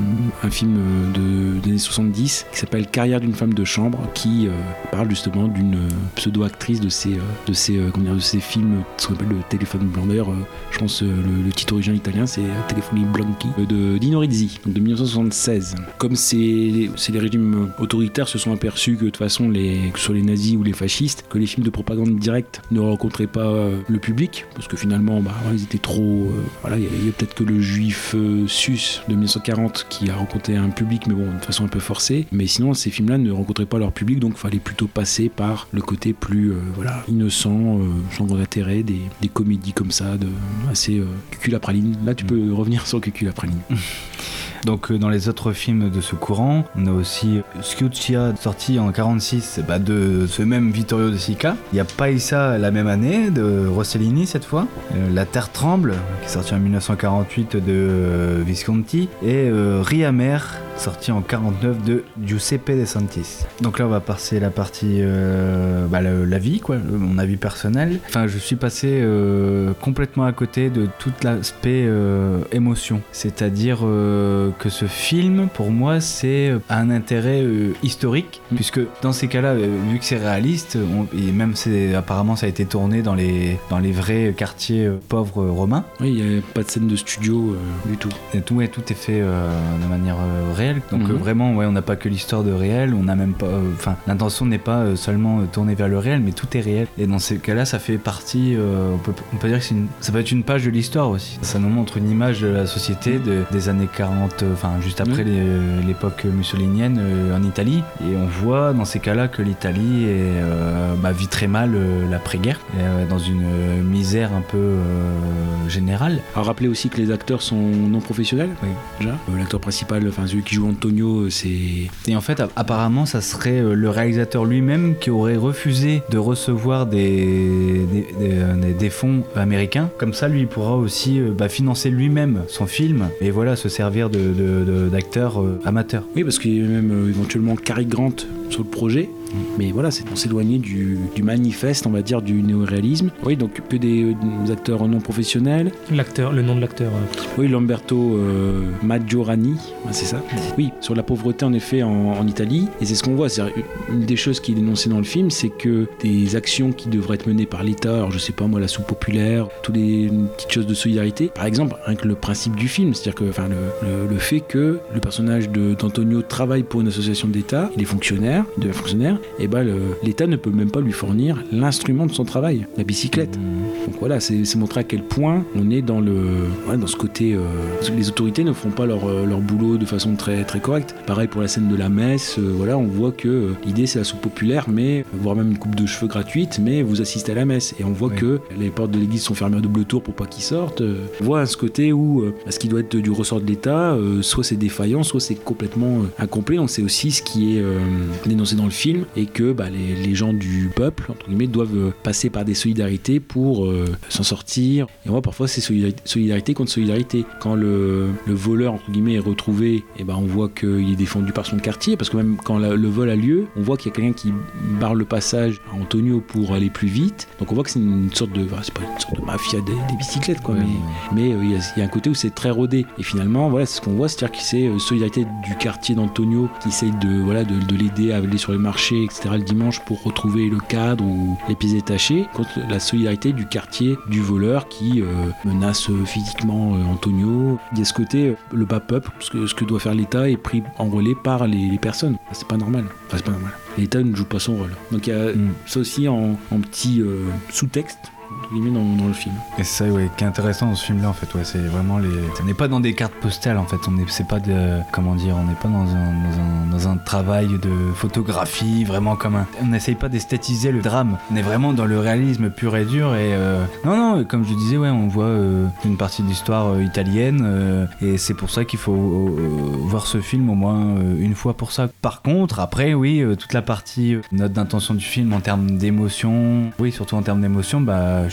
[SPEAKER 3] un film de, des années soixante-dix qui s'appelle Carrière d'une femme de chambre, qui euh, parle justement d'une pseudo-actrice de ces, euh, de ces, euh, comment dire, de ces films, ce qu'on appelle le téléphone blanc. D'ailleurs, euh, je pense euh, le, le titre original italien, c'est Telefoni Bianchi de Dino Risi, donc de dix-neuf cent soixante-seize. Comme c'est, c'est les régimes autoritaires se sont aperçus que de toute façon, les, que ce soit les nazis ou les fascistes, que les films de propagande directe ne rencontraient pas euh, le public, parce que finalement, bah, ils étaient trop... Euh, voilà, il y, y a peut-être que le juif euh, Sus de dix-neuf cent quarante qui a rencontré un public, mais bon, de façon un peu forcée. Mais sinon, ces films-là ne rencontraient pas leur public, donc il fallait plutôt passer par le côté plus euh, voilà, innocent, euh, sans grand intérêt, des, des comédies comme ça, de, assez euh, cuculapraline. Là, tu peux revenir sur cuculapraline.
[SPEAKER 6] Donc euh, dans les autres films de ce courant, on a aussi Sciuccia, sorti en quarante-six, bah, de ce même Vittorio De Sica. Il y a Paisa la même année, de Rossellini cette fois. Euh, La Terre tremble, qui est sorti en dix-neuf cent quarante-huit, de euh, Visconti. Et euh, Riamer, sorti en quarante-neuf, de Giuseppe De Santis. Donc là on va passer la partie euh, bah, la, la vie, quoi, mon avis personnel. Enfin, je suis passé euh, complètement à côté de tout l'aspect euh, émotion. C'est-à-dire euh, que ce film, pour moi, c'est un intérêt euh, historique, mmh. puisque dans ces cas-là, euh, vu que c'est réaliste, on, et même c'est, apparemment ça a été tourné dans les, dans les vrais quartiers euh, pauvres euh, romains.
[SPEAKER 3] Oui, il n'y a pas de scène de studio euh, du tout.
[SPEAKER 6] Et tout, ouais, tout est fait euh, de manière euh, réelle. Donc mmh. euh, vraiment, ouais, on n'a pas que l'histoire de réel, on n'a même pas... Enfin, euh, l'intention n'est pas euh, seulement euh, tournée vers le réel, mais tout est réel. Et dans ces cas-là, ça fait partie... Euh, on, peut, on peut dire que c'est une, ça peut être une page de l'histoire aussi. Ça nous montre une image de la société de, des années quarante, enfin juste après mmh. les, l'époque mussolinienne euh, en Italie, et on voit dans ces cas-là que l'Italie est, euh, bah, vit très mal euh, l'après-guerre, et, euh, dans une euh, misère un peu euh, générale.
[SPEAKER 3] À rappeler aussi que les acteurs sont non professionnels,
[SPEAKER 6] oui. déjà.
[SPEAKER 3] Euh, l'acteur principal, enfin celui qui joue Antonio, c'est...
[SPEAKER 6] Et en fait, apparemment, ça serait euh, le réalisateur lui-même qui aurait refusé de recevoir des, des, des, des, des fonds américains. Comme ça, lui, il pourra aussi euh, bah, financer lui-même son film, et voilà, se servir de, de, de d'acteurs euh, amateurs.
[SPEAKER 3] Oui, parce qu'il y a même euh, éventuellement Cary Grant sur le projet, mmh. mais voilà, c'est pour s'éloigner du, du manifeste, on va dire, du néoréalisme. Oui, donc que des, euh, des acteurs non professionnels.
[SPEAKER 4] L'acteur, le nom de l'acteur. Euh.
[SPEAKER 3] Oui, Lamberto euh, Maggiorani, c'est ça. Mmh. Oui, sur la pauvreté en effet en, en Italie, et c'est ce qu'on voit. C'est une des choses qui est dénoncée dans le film, c'est que des actions qui devraient être menées par l'État, alors je sais pas moi, la soupe populaire, toutes les petites choses de solidarité. Par exemple, rien que le principe du film, c'est-à-dire que, enfin, le, le, le fait que le personnage de, d'Antonio travaille pour une association d'État, il est fonctionnaire, il devient fonctionnaire, et ben le, l'État ne peut même pas lui fournir l'instrument de son travail, la bicyclette. Mmh. Donc voilà, c'est, c'est montrer à quel point on est dans le, ouais, dans ce côté, euh, les autorités ne font pas leur, leur boulot de façon très très correcte. Pareil pour la scène de la messe, euh, voilà, on voit que euh, l'idée c'est la soupe populaire, mais voire même une coupe de cheveux gratuite, mais vous assistez à la messe, et on voit oui. que les portes de l'église sont fermées à double tour pour pas qu'ils sortent. Euh, on voit ce côté où euh, ce qui doit être du ressort de l'État, euh, soit c'est défaillant, soit c'est complètement euh, incomplet. Donc c'est aussi ce qui est euh, dénoncé dans le film, et que bah, les, les gens du peuple entre guillemets doivent euh, passer par des solidarités pour euh, s'en sortir. Et on voit parfois c'est solidarité, solidarité contre solidarité. Quand le, le voleur entre guillemets est retrouvé, et ben on voit qu'il est défendu par son quartier, parce que même quand la, le vol a lieu, on voit qu'il y a quelqu'un qui barre le passage à Antonio pour aller plus vite. Donc on voit que c'est une sorte de, c'est pas une sorte de mafia des, des bicyclettes quoi, ouais, mais il ouais. mais, euh, y, y a un côté où c'est très rodé. Et finalement voilà, c'est ce qu'on voit, c'est-à-dire que c'est euh, solidarité du quartier d'Antonio qui essaye de voilà de, de l'aider à aller sur les marchés, et cetera le dimanche pour retrouver le cadre ou les pieds détachés, contre la solidarité du quartier du voleur qui euh, menace euh, physiquement euh, Antonio. Il y a ce côté, euh, le bas peuple, parce que ce que doit faire l'État est pris en relais par les, les personnes. C'est pas normal. Enfin, c'est pas normal. L'État ne joue pas son rôle. Donc il y a mm. ça aussi en, en petit euh, sous-texte dans, dans le film.
[SPEAKER 6] Et c'est ça ouais, qui est intéressant dans ce film là en fait, ouais, c'est vraiment les... On n'est pas dans des cartes postales en fait, on est, c'est pas de... Comment dire, on n'est pas dans un, dans, un, dans un travail de photographie vraiment comme un... On n'essaye pas d'esthétiser le drame, on est vraiment dans le réalisme pur et dur et... Euh... Non non, comme je disais, ouais, on voit euh, une partie de l'histoire euh, italienne euh, et c'est pour ça qu'il faut euh, voir ce film au moins euh, une fois pour ça. Par contre, après oui, euh, toute la partie euh, note d'intention du film en termes d'émotion, oui surtout en termes d'émotion, bah je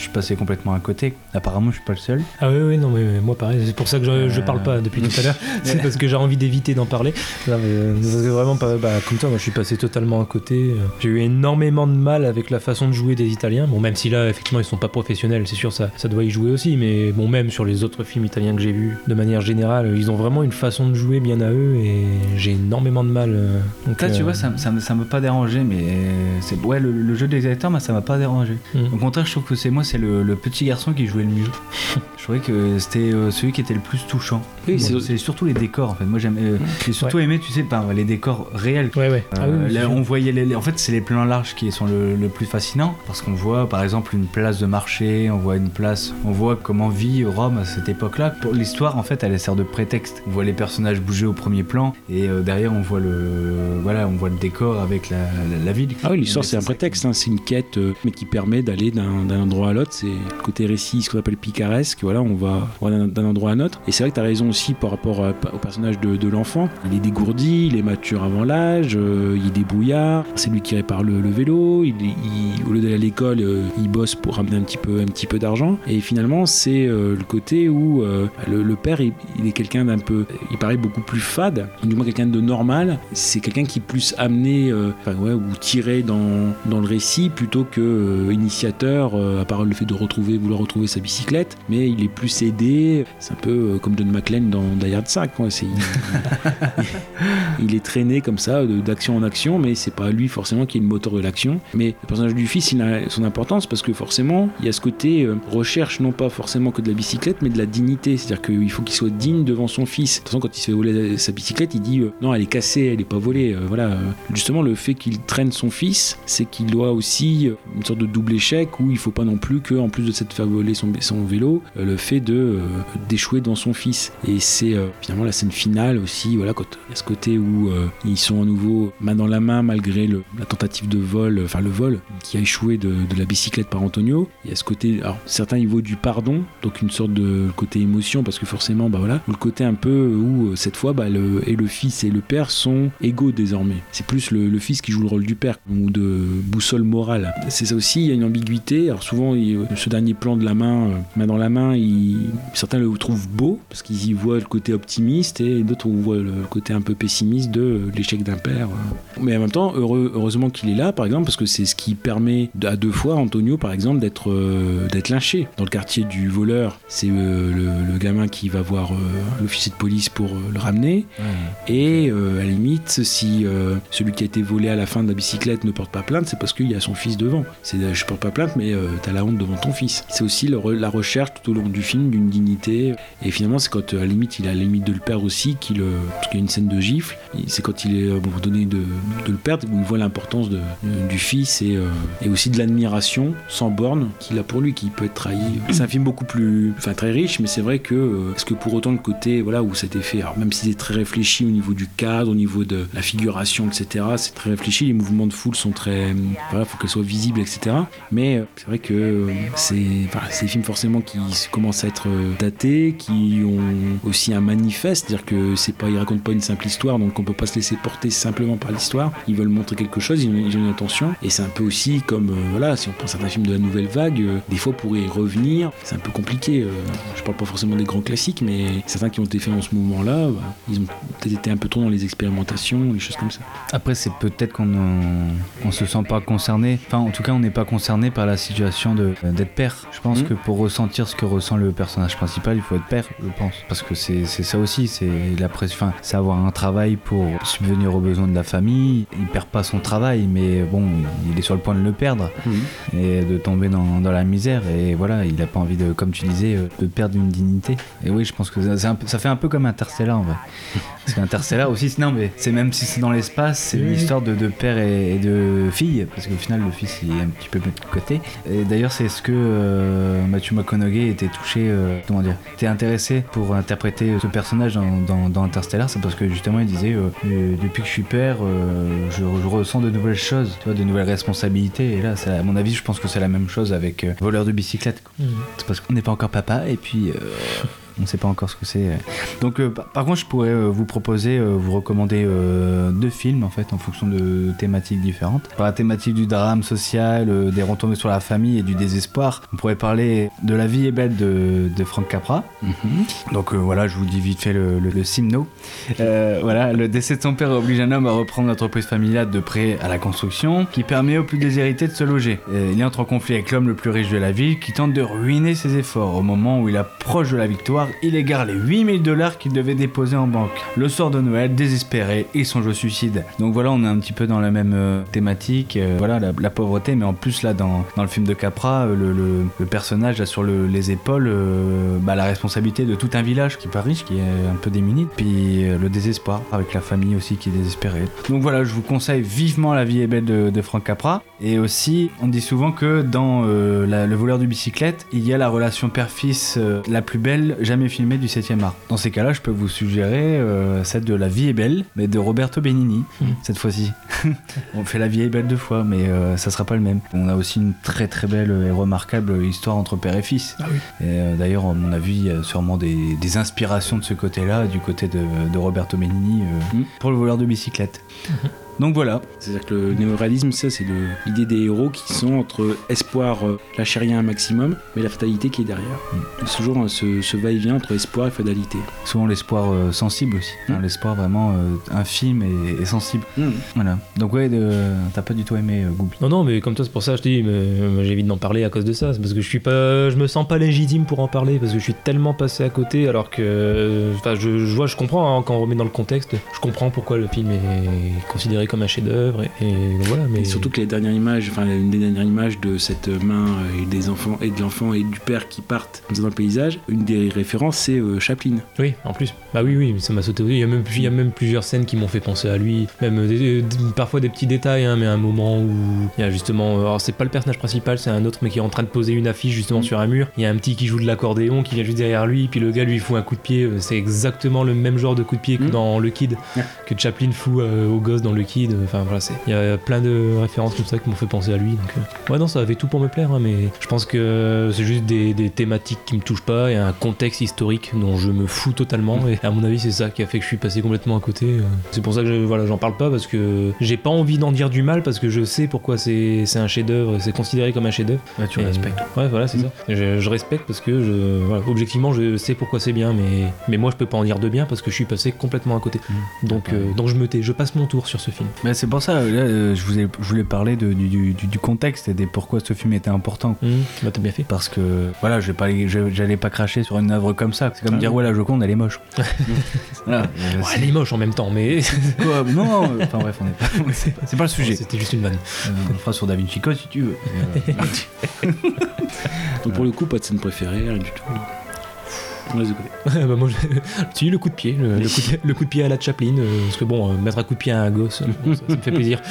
[SPEAKER 6] suis passé complètement à côté. Apparemment, je suis pas le seul.
[SPEAKER 4] Ah oui, oui, non, mais moi pareil, c'est pour ça que je, je parle pas depuis tout à l'heure. C'est parce que j'ai envie d'éviter d'en parler. Non, mais, euh, parce que vraiment, bah, comme toi, moi je suis passé totalement à côté. J'ai eu énormément de mal avec la façon de jouer des Italiens. Bon, même si là, effectivement, ils sont pas professionnels, c'est sûr, ça, ça doit y jouer aussi. Mais bon, même sur les autres films italiens que j'ai vus, de manière générale, ils ont vraiment une façon de jouer bien à eux et j'ai énormément de mal. Euh, donc,
[SPEAKER 6] Là,
[SPEAKER 4] euh...
[SPEAKER 6] tu vois, ça, ça, ça m'a pas dérangé, mais c'est ouais, le, le jeu des acteurs, moi, ça m'a pas dérangé. Mm. Au contraire, je trouve que c'est moi, c'est le, le petit garçon qui jouait le mieux. Je trouvais que c'était euh, celui qui était le plus touchant. Oui, bon, c'est... c'est surtout les décors en fait. Moi, j'aime, euh, j'ai surtout ouais. aimé, tu sais, par les décors réels.
[SPEAKER 4] Ouais, ouais.
[SPEAKER 6] Euh,
[SPEAKER 4] ah, oui,
[SPEAKER 6] là, on voyait les, en fait, c'est les plans larges qui sont le, le plus fascinants parce qu'on voit, par exemple, une place de marché, on voit une place, on voit comment vit Rome à cette époque-là. Pour l'histoire, en fait, elle sert de prétexte. On voit les personnages bouger au premier plan et euh, derrière, on voit le, voilà, on voit le décor avec la, la, la ville.
[SPEAKER 3] Ah oui, l'histoire, c'est un prétexte, hein, c'est une quête, euh, mais qui permet d'aller d'un, d'un endroit à l'autre. C'est le côté récit, ce qu'on appelle picaresque. Voilà, on va, on va d'un, d'un endroit à un autre. Et c'est vrai que tu as raison aussi par rapport à, au personnage de, de l'enfant. Il est dégourdi, il est mature avant l'âge, euh, il est débrouillard. C'est lui qui répare le, le vélo. Il, il, au lieu d'aller à l'école, euh, il bosse pour ramener un petit peu, un petit peu d'argent. Et finalement, c'est euh, le côté où euh, le, le père, il, il est quelqu'un d'un peu, il paraît beaucoup plus fade, du moins quelqu'un de normal. C'est quelqu'un qui est plus amené, euh, enfin ouais, ou tiré dans, dans le récit plutôt que euh, initiateur, euh, à part le fait de retrouver, vouloir retrouver sa bicyclette, mais il est plus aidé. C'est un peu euh, comme John McClane dans Die Hard cinq, quoi. C'est, il, il est traîné comme ça, de, d'action en action, mais c'est pas lui forcément qui est le moteur de l'action. Mais le personnage du fils, il a son importance parce que forcément, il y a ce côté euh, recherche non pas forcément que de la bicyclette, mais de la dignité. C'est-à-dire qu'il faut qu'il soit digne devant son fils. De toute façon, quand il se fait voler sa bicyclette, il dit euh, non, elle est cassée, elle est pas volée. Euh, voilà. Justement, le fait qu'il traîne son fils, c'est qu'il doit aussi une sorte de double échec où il faut pas non plus que, en plus de s'être fait voler son, son vélo, euh, le fait de euh, d'échouer dans son fils. Et c'est euh, finalement la scène finale aussi, voilà, quand il y a ce côté où euh, ils sont à nouveau main dans la main malgré le, la tentative de vol, enfin le vol qui a échoué de, de la bicyclette par Antonio. Il y a ce côté, alors certains il vaut du pardon, donc une sorte de côté émotion parce que forcément, bah voilà, ou le côté un peu où cette fois, bah le, et le fils et le père sont égaux désormais. C'est plus le, le fils qui joue le rôle du père ou de boussole morale. C'est ça aussi, il y a une ambiguïté. Alors souvent, il, ce dernier plan de la main, euh, main dans la main, il, certains le trouvent beau parce qu'ils y voient le côté optimiste et d'autres voient le côté un peu pessimiste de euh, l'échec d'un père. Euh. Mais en même temps, heureux, heureusement qu'il est là, par exemple, parce que c'est ce qui permet à deux fois Antonio, par exemple, d'être euh, d'être lynché. Dans le quartier du voleur, c'est euh, le, le gamin qui va voir euh, l'officier de police pour euh, le ramener. Ouais. Et euh, à la limite, si euh, celui qui a été volé à la fin de la bicyclette ne porte pas plainte, c'est parce qu'il y a son fils devant. C'est je porte pas plainte, mais euh, t'as la honte devant ton fils. C'est aussi le, la recherche tout au long du film d'une dignité. Et finalement, c'est quand à la limite, il a la limite de le perdre aussi, qu'il, euh, parce qu'il y a une scène de gifle. C'est quand il est bon, donné de, de le perdre où il voit l'importance de, de, du fils et, euh, et aussi de l'admiration sans borne qu'il a pour lui, qui peut être trahi. C'est un film beaucoup plus, enfin très riche, mais c'est vrai que euh, est-ce que pour autant le côté, voilà, où c'était fait, alors même si c'est très réfléchi au niveau du cadre, au niveau de la figuration, et cetera. C'est très réfléchi. Les mouvements de foule sont très, voilà, faut qu'elles soient visibles, et cetera. Mais c'est vrai que c'est, enfin, c'est des films forcément qui commencent à être datés, qui ont aussi un manifeste, c'est-à-dire que c'est pas, ils racontent pas une simple histoire, donc on peut pas se laisser porter simplement par l'histoire. Ils veulent montrer quelque chose, ils ont, ils ont une intention. Et c'est un peu aussi comme, euh, voilà, si on pense à certains films de la nouvelle vague, euh, des fois pour y revenir, c'est un peu compliqué. Euh, je parle pas forcément des grands classiques, mais certains qui ont été faits en ce moment-là, bah, ils ont peut-être été un peu trop dans les expérimentations, les choses comme ça.
[SPEAKER 6] Après, c'est peut-être qu'on en, on se sent pas concerné. Enfin, en tout cas, on n'est pas concerné par la situation de, d'être père. Je pense mmh. que pour ressentir ce que ressent le personnage principal, il faut être père, je pense. Parce que c'est, c'est ça aussi, c'est la pression. Enfin, c'est avoir un travail pour subvenir aux besoins de la famille. Il perd pas son travail, mais bon, il est sur le point de le perdre mmh. et de tomber dans, dans la misère. Et voilà, il a pas envie de, comme tu disais, de perdre une dignité. Et oui, je pense que ça, un peu, ça fait un peu comme Interstellar en vrai. Parce qu'Interstellar aussi, non, mais c'est même si c'est dans l'espace, c'est une histoire de, de père et, et de fille, parce qu'au final, le fils il est un petit peu de côté. Et d'ailleurs, c'est ce que euh, Matthew McConaughey était touché, euh, comment dire, était intéressé pour interpréter ce personnage dans, dans, dans Interstellar, c'est parce que justement, il disait euh, depuis que je suis père, euh, je, je ressens de nouvelles choses, tu vois, de nouvelles responsabilités. Et là, c'est, à mon avis, je pense que c'est la même chose avec euh, voleur de bicyclette. Mmh. C'est parce qu'on n'est pas encore papa, et puis. Euh, On ne sait pas encore ce que c'est. Donc, euh, par contre, je pourrais euh, vous proposer, euh, vous recommander euh, deux films en fait, en fonction de thématiques différentes. Par la thématique du drame social, euh, des retombées sur la famille et du désespoir, on pourrait parler de La vie est belle de, de Frank Capra. Mm-hmm. Donc euh, voilà, je vous dis vite fait le, le, le Simno. Euh, voilà, le décès de son père oblige un homme à reprendre l'entreprise familiale de près à la construction, qui permet aux plus déshérités de se loger. Et il entre en conflit avec l'homme le plus riche de la ville, qui tente de ruiner ses efforts. Au moment où il approche de la victoire, il égare les huit mille dollars qu'il devait déposer en banque. Le soir de Noël, désespéré, il songe au suicide. Donc voilà, on est un petit peu dans la même euh, thématique, euh, voilà, la, la pauvreté, mais en plus là, dans, dans le film de Capra, euh, le, le, le personnage a sur le, les épaules euh, bah, la responsabilité de tout un village qui est pas riche, qui est un peu démuni, puis euh, le désespoir, avec la famille aussi qui est désespérée. Donc voilà, je vous conseille vivement La vie est belle de, de Frank Capra. Et aussi, on dit souvent que dans euh, la, Le voleur de bicyclette, il y a la relation père-fils euh, la plus belle jamais filmée du septième art. Dans ces cas-là, je peux vous suggérer euh, celle de La vie est belle, mais de Roberto Benigni, mmh. cette fois-ci. On fait La vie est belle deux fois, mais euh, ça sera pas le même. On a aussi une très très belle et remarquable histoire entre père et fils. Ah oui. Et euh, d'ailleurs, à mon avis, il y a sûrement des, des inspirations de ce côté-là, du côté de, de Roberto Benigni, euh, mmh. pour Le voleur de bicyclette. Mmh. Donc voilà.
[SPEAKER 3] C'est-à-dire que le néoréalisme, ça, c'est le, l'idée des héros qui sont entre espoir, euh, lâcher rien un maximum, mais la fatalité qui est derrière. Mm. C'est toujours hein, ce, ce va-et-vient entre espoir et fatalité.
[SPEAKER 6] Souvent l'espoir euh, sensible aussi. Mm. Hein, l'espoir vraiment euh, infime et, et sensible. Mm. Voilà. Donc ouais, de, t'as pas du tout aimé euh, Goubi.
[SPEAKER 4] Non, non, mais comme toi, c'est pour ça que je te dis, mais, j'évite d'en parler à cause de ça. C'est parce que je suis pas, je me sens pas légitime pour en parler, parce que je suis tellement passé à côté, alors que, enfin, je, je vois, je comprends hein, quand on remet dans le contexte, je comprends pourquoi le film est considéré comme un chef-d'œuvre et, et voilà. Mais
[SPEAKER 3] et surtout que les dernières images, enfin une des dernières images de cette main et des enfants et de l'enfant et du père qui partent dans le paysage, une des références c'est euh, Chaplin.
[SPEAKER 4] Oui, en plus. Bah oui, oui, ça m'a sauté. Il y a même, il y a même plusieurs scènes qui m'ont fait penser à lui. Même des, des, parfois des petits détails, hein, mais un moment où il y a justement, alors c'est pas le personnage principal, c'est un autre, mais qui est en train de poser une affiche justement mmh. sur un mur. Il y a un petit qui joue de l'accordéon, qui vient juste derrière lui, puis le gars lui fout un coup de pied. C'est exactement le même genre de coup de pied que mmh. dans Le Kid, mmh. que Chaplin fout euh, au gosse dans Le Kid. Enfin voilà, c'est il y a plein de références comme ça qui m'ont fait penser à lui. Donc euh... ouais non, ça avait tout pour me plaire, hein, mais je pense que c'est juste des, des thématiques qui me touchent pas et un contexte historique dont je me fous totalement. Mmh. Et à mon avis, c'est ça qui a fait que je suis passé complètement à côté. C'est pour ça que je, voilà, j'en parle pas parce que j'ai pas envie d'en dire du mal parce que je sais pourquoi c'est, c'est un chef-d'œuvre, c'est considéré comme un chef-d'œuvre.
[SPEAKER 6] Ouais, tu et, respectes.
[SPEAKER 4] Ouais, voilà, c'est mmh. ça. Je, je respecte parce que je, voilà, objectivement, je sais pourquoi c'est bien, mais mais moi, je peux pas en dire de bien parce que je suis passé complètement à côté. Mmh. Donc euh, donc je me tais, je passe mon tour sur ce film.
[SPEAKER 6] Mais c'est pour ça. Là, euh, je, vous ai, je voulais parler de, du, du, du contexte et des pourquoi ce film était important.
[SPEAKER 4] Mmh, bah t'as bien fait.
[SPEAKER 6] Parce que voilà, je vais pas, je, j'allais pas cracher sur une œuvre comme ça. C'est comme ah, dire ouais, la Joconde elle est moche.
[SPEAKER 4] Voilà. Ouais, elle est moche en même temps, mais
[SPEAKER 6] quoi, non. Enfin bref, on est pas. C'est, c'est pas le sujet.
[SPEAKER 4] C'était juste une vanne.
[SPEAKER 6] Euh, on fera sur Da Vinci Code si tu veux.
[SPEAKER 3] Euh, Donc pour le coup, pas de scène préférée, rien du tout. On laisse de côté.
[SPEAKER 4] bah moi, je... tu dis le coup de pied, le, le, coup de... le coup de pied à la Chaplin, euh, parce que bon, euh, mettre un coup de pied à un gosse, bon, ça, ça me fait plaisir.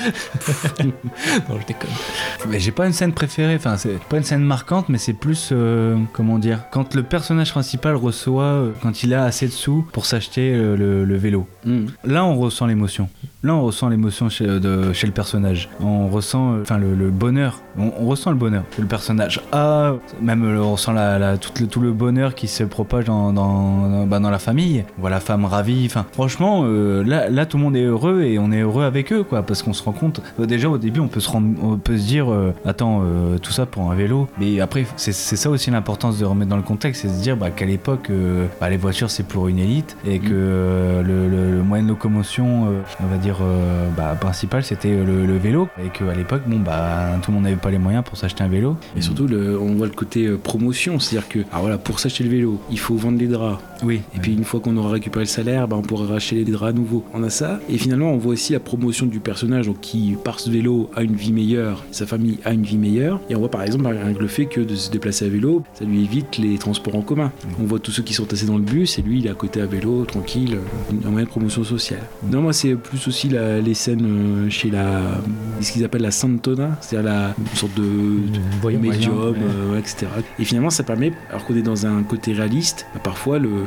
[SPEAKER 4] Non, je déconne.
[SPEAKER 6] Mais j'ai pas une scène préférée, enfin c'est pas une scène marquante, mais c'est plus, euh, comment dire, quand le personnage principal reçoit, euh, quand il a assez de sous pour s'acheter euh, le, le vélo. Mm. Là, on ressent l'émotion. Là, on ressent l'émotion chez, de, chez le personnage. On ressent, enfin, euh, le, le bonheur. On, on ressent le bonheur que le personnage a. Même euh, on ressent la, la, tout, le, tout le bonheur qui se propage dans, dans, bah, dans la famille. On voit la femme ravie. Enfin, franchement, euh, là, là, tout le monde est heureux et on est heureux avec eux, quoi, parce qu'on se rend compte. Euh, déjà, au début, on peut se, rendre, on peut se dire, euh, attends, euh, tout ça pour un vélo. Mais après, c'est, c'est ça aussi l'importance de remettre dans le contexte, c'est de se dire bah, qu'à l'époque, euh, bah, les voitures, c'est pour une élite et que euh, le, le, le moyen de locomotion, euh, on va dire, euh, bah, principal, c'était le, le vélo. Et qu'à l'époque, bon, bah, tout le monde n'avait pas les moyens pour s'acheter un vélo.
[SPEAKER 3] Et surtout, le, on voit le côté euh, promotion, c'est-à-dire que, alors voilà, pour s'acheter le vélo, il faut vendre les draps.
[SPEAKER 6] Oui.
[SPEAKER 3] Et
[SPEAKER 6] oui.
[SPEAKER 3] puis une fois qu'on aura récupéré le salaire, bah, on pourra racheter les draps nouveaux. On a ça. Et finalement, on voit aussi la promotion du personnage, donc, qui, par ce vélo, a une vie meilleure, sa famille a une vie meilleure. Et on voit par exemple avec le fait que de se déplacer à vélo, ça lui évite les transports en commun. On voit tous ceux qui sont tassés dans le bus et lui, il est à côté à vélo, tranquille, un moyen de promotion sociale. Non, moi, c'est plus aussi la, les scènes chez la, ce qu'ils appellent la Santona, c'est-à-dire la une sorte de, de médium, ouais. Euh, et cetera. Et finalement, ça permet, alors qu'on est dans un côté réaliste, bah, parfois le,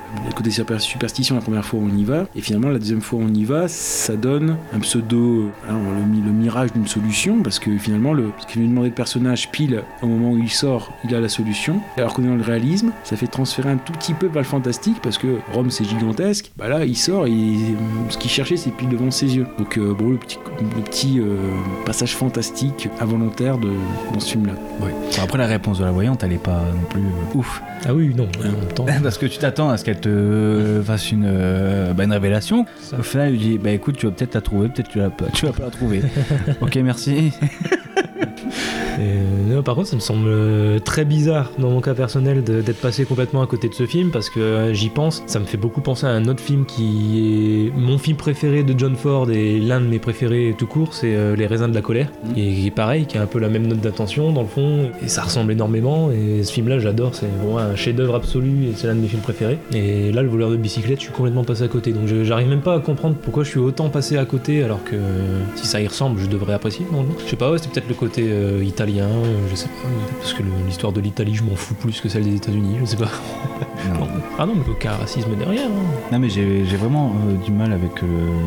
[SPEAKER 3] le côté super- superstition la première fois où on y va, et finalement la deuxième fois où on y va, ça donne un pseudo, alors, le, le mirage d'une solution, parce que finalement, le, ce qu'il lui demandait le personnage pile au moment où il sort, il a la solution. Alors qu'on est dans le réalisme, ça fait transférer un tout petit peu vers le fantastique, parce que Rome c'est gigantesque, bah là il sort et ce qu'il cherchait c'est pile devant ses yeux. Donc euh, bon, le petit, le petit euh, passage fantastique involontaire de, dans ce film-là.
[SPEAKER 6] Ouais. Bon, après la réponse de la voyante, elle est pas non plus euh, ouf.
[SPEAKER 4] Ah oui, non, en même temps.
[SPEAKER 6] Parce que tu t'attends à ce qu'elle te fasse une, euh, bah, une révélation.
[SPEAKER 4] Ça.
[SPEAKER 6] Au final, il lui dit bah écoute, tu vas peut-être la trouver, peut-être tu vas pas, tu vas pas la trouver. Ok, merci.
[SPEAKER 4] Et, non, par contre, ça me semble euh, très bizarre dans mon cas personnel de- d'être passé complètement à côté de ce film parce que euh, j'y pense, ça me fait beaucoup penser à un autre film qui est mon film préféré de John Ford et l'un de mes préférés tout court, c'est euh, Les raisins de la colère,
[SPEAKER 3] Mmh.
[SPEAKER 4] et qui est pareil, qui a un peu la même note d'attention dans le fond, et ça ressemble énormément. Et ce film-là, j'adore, c'est vraiment un chef-d'œuvre absolu et c'est l'un de mes films préférés. Et là, Le voleur de bicyclette, je suis complètement passé à côté, donc je- j'arrive même pas à comprendre pourquoi je suis autant passé à côté alors que euh, si ça y ressemble, je devrais apprécier. Non, non. Je sais pas, ouais, c'est peut-être le côté euh, italien, euh, je sais pas, parce que le- l'histoire de l'Italie, je m'en fous plus que celle des États-Unis, je sais pas.
[SPEAKER 6] Non.
[SPEAKER 4] Ah non, mais aucun racisme derrière. Hein.
[SPEAKER 6] Non mais j'ai, j'ai vraiment euh, du mal avec euh,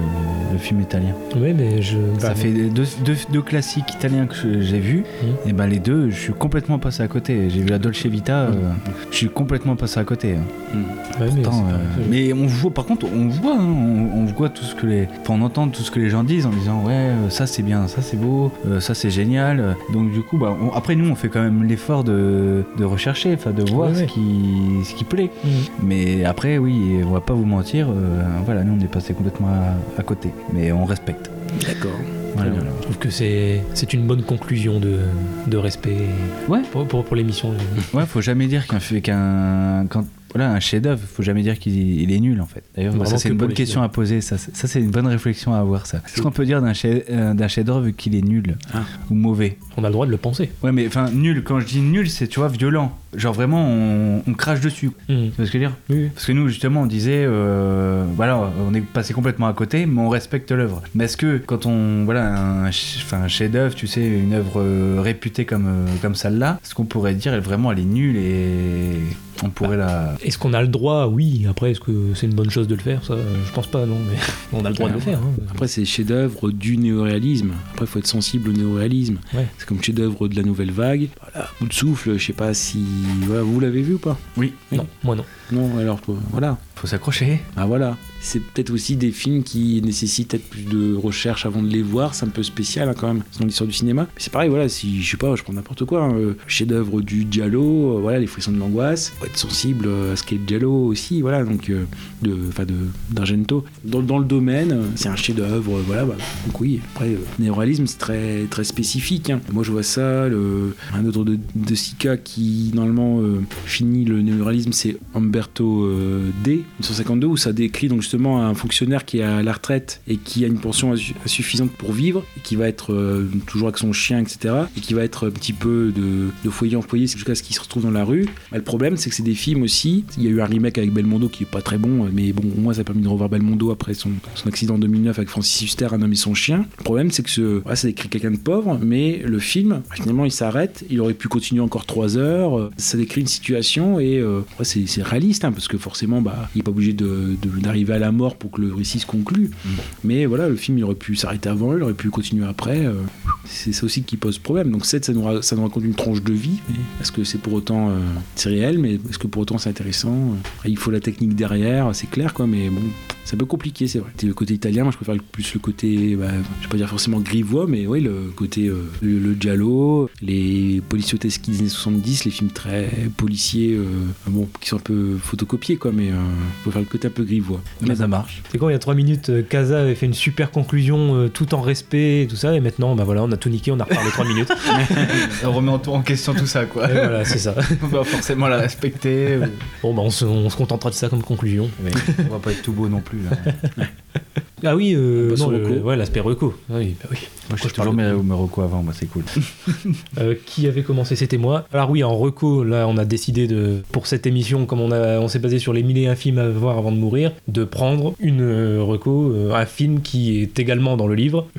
[SPEAKER 6] le film italien.
[SPEAKER 4] Ouais, mais je.
[SPEAKER 6] Ça
[SPEAKER 4] bah,
[SPEAKER 6] fait deux, deux, deux classiques italiens que je- j'ai vus,
[SPEAKER 4] Mhm.
[SPEAKER 6] et ben les deux, je suis complètement passé à côté. J'ai vu la Dolce Vita, euh, je suis complètement passé à côté. hein.
[SPEAKER 4] Ouais, mais,
[SPEAKER 6] Pourtant,
[SPEAKER 4] c'est
[SPEAKER 6] euh,
[SPEAKER 4] pas-
[SPEAKER 6] mais on voit, par contre, on voit, hein, on, on voit tout ce que les, enfin, on entend tout ce que les gens disent en disant ouais, euh, ça c'est bien, ça c'est beau, euh, ça c'est génial. Donc du coup, bah, on- après nous, on fait quand même l'effort de, de rechercher, enfin de voir
[SPEAKER 4] Ouais,
[SPEAKER 6] ce
[SPEAKER 4] ouais.
[SPEAKER 6] qui, ce qui plaît.
[SPEAKER 4] Mhm.
[SPEAKER 6] Mais après, oui, on va pas vous mentir, euh, voilà, nous on est passé complètement à, à côté, mais on respecte.
[SPEAKER 3] D'accord.
[SPEAKER 6] Voilà,
[SPEAKER 3] bien.
[SPEAKER 6] voilà.
[SPEAKER 4] Je trouve que c'est c'est une bonne conclusion de, de respect
[SPEAKER 6] Ouais.
[SPEAKER 4] pour, pour, pour l'émission.
[SPEAKER 6] Ouais, faut jamais dire qu'un fait qu'un quand voilà un chef-d'œuvre, faut jamais dire qu'il il est nul en fait. D'ailleurs, bah,
[SPEAKER 4] Vraiment
[SPEAKER 6] ça c'est
[SPEAKER 4] que
[SPEAKER 6] une
[SPEAKER 4] pour
[SPEAKER 6] bonne
[SPEAKER 4] les
[SPEAKER 6] question à poser. Ça, c'est- ça c'est une bonne réflexion à avoir. Ça. Qu'est-ce qu'on peut dire d'un chef euh, d'un chef-d'œuvre qu'il est nul
[SPEAKER 3] Ah.
[SPEAKER 6] ou mauvais?
[SPEAKER 4] On a le droit de le penser.
[SPEAKER 6] Ouais, mais enfin nul. Quand je dis nul, c'est tu vois violent. Genre vraiment, on, on crache dessus.
[SPEAKER 4] Mhm.
[SPEAKER 6] Tu vois ce que je veux dire?
[SPEAKER 4] Oui.
[SPEAKER 6] Parce que nous, justement, on disait, euh, voilà, on est passé complètement à côté, mais on respecte l'œuvre. Mais est-ce que quand on, voilà, un, ch- enfin, un chef-d'œuvre, tu sais, une œuvre euh, réputée comme, euh, comme celle-là, est-ce qu'on pourrait dire, elle, vraiment, elle est nulle et on pourrait la.
[SPEAKER 4] Est-ce qu'on a le droit? Oui. Après, est-ce que c'est une bonne chose de le faire? Ça, je pense pas, non. Mais on a le droit de le faire. Hein.
[SPEAKER 3] Après, c'est chef-d'œuvre du néoréalisme. Après, il faut être sensible au néoréalisme.
[SPEAKER 4] Ouais.
[SPEAKER 3] C'est comme chef-d'œuvre de la nouvelle vague. Voilà, bout de souffle, je sais pas si. Voilà, vous l'avez vu ou pas?
[SPEAKER 6] Oui.
[SPEAKER 4] Non, moi non.
[SPEAKER 3] Non, alors euh, voilà.
[SPEAKER 6] Faut s'accrocher.
[SPEAKER 3] Ah voilà. C'est peut-être aussi des films qui nécessitent peut-être plus de recherche avant de les voir. C'est un peu spécial hein, quand même dans l'histoire du cinéma. Mais c'est pareil, voilà. Si je sais pas, je prends n'importe quoi. Hein, euh, chef-d'œuvre du giallo, euh, voilà, les frissons de l'angoisse. Faut être sensible euh, à ce qu'est le giallo aussi, voilà. Donc euh, de, enfin de d'Argento. Dans, dans le domaine, euh, c'est un chef-d'œuvre, euh, voilà. Bah, donc oui. Après, euh, le néoréalisme, c'est très très spécifique. Hein. Moi, je vois ça. Le, un autre de, de Sica qui normalement euh, finit le néoréalisme, c'est Umberto euh, D, mille neuf cent cinquante-deux, où ça décrit donc justement un fonctionnaire qui est à la retraite et qui a une pension insu- insuffisante pour vivre, et qui va être euh, toujours avec son chien, et cetera, et qui va être un petit peu de, de foyer en foyer jusqu'à ce qu'il se retrouve dans la rue. Mais le problème, c'est que c'est des films aussi. Il y a eu un remake avec Belmondo qui est pas très bon, mais bon, moi, ça a permis de revoir Belmondo après son, son accident en deux mille neuf avec Francis Huster, Un homme et son chien. Le problème, c'est que ce, voilà, ça décrit quelqu'un de pauvre, mais le film, finalement, il s'arrête. Il aurait pu continuer encore trois heures. Ça décrit une situation et euh, ouais, c'est, c'est réaliste, hein, parce que forcément, bah, il est pas obligé de, de- d'arriver à la mort pour que le récit se conclue.
[SPEAKER 6] Mm.
[SPEAKER 3] Mais voilà, le film, il aurait pu s'arrêter avant, il aurait pu continuer après. euh, c'est ça aussi qui pose problème. Donc sept, ça nous, ra- ça nous raconte une tranche de vie. Mais est-ce que c'est pour autant euh, c'est réel, mais est-ce que pour autant c'est intéressant? Il faut la technique derrière, c'est clair, quoi. Mais bon, c'est un peu compliqué, c'est vrai. C'est le côté italien, moi je préfère le- plus le côté, bah, je vais pas dire forcément grivois, mais oui, le côté euh, le, le giallo, les policiotesques des années soixante-dix, les films très policiers, euh, bon, qui sont un peu photocopiés, quoi. Mais euh, je préfère le côté un peu grivois.
[SPEAKER 6] Mais ça marche.
[SPEAKER 4] C'est quand il y a trois minutes, euh, Kaza avait fait une super conclusion euh, tout en respect et tout ça, et maintenant, bah voilà, on a tout niqué, on a reparlé trois minutes.
[SPEAKER 6] On remet en, en question tout ça, quoi.
[SPEAKER 4] Et voilà, c'est ça.
[SPEAKER 6] On va forcément la respecter. ou-
[SPEAKER 4] Bon, bah on se, on se contentera de ça comme conclusion.
[SPEAKER 6] Mais on va pas être tout beau non plus. Là.
[SPEAKER 4] Ah oui, euh,
[SPEAKER 3] On passe
[SPEAKER 4] non,
[SPEAKER 3] au
[SPEAKER 4] le-
[SPEAKER 3] reco.
[SPEAKER 4] ouais, l'aspect reco. Ah oui, bah oui.
[SPEAKER 6] Moi, je
[SPEAKER 4] Pourquoi
[SPEAKER 6] suis toujours
[SPEAKER 4] parle de-
[SPEAKER 6] mes, mes recos avant, moi, c'est cool.
[SPEAKER 4] Euh, qui avait commencé? C'était moi. Alors oui, en reco, là, on a décidé de, pour cette émission, comme on, a, on s'est basé sur les mille et un films à voir avant de mourir, de prendre une euh, reco, euh, un film qui est également dans le livre. Du coup,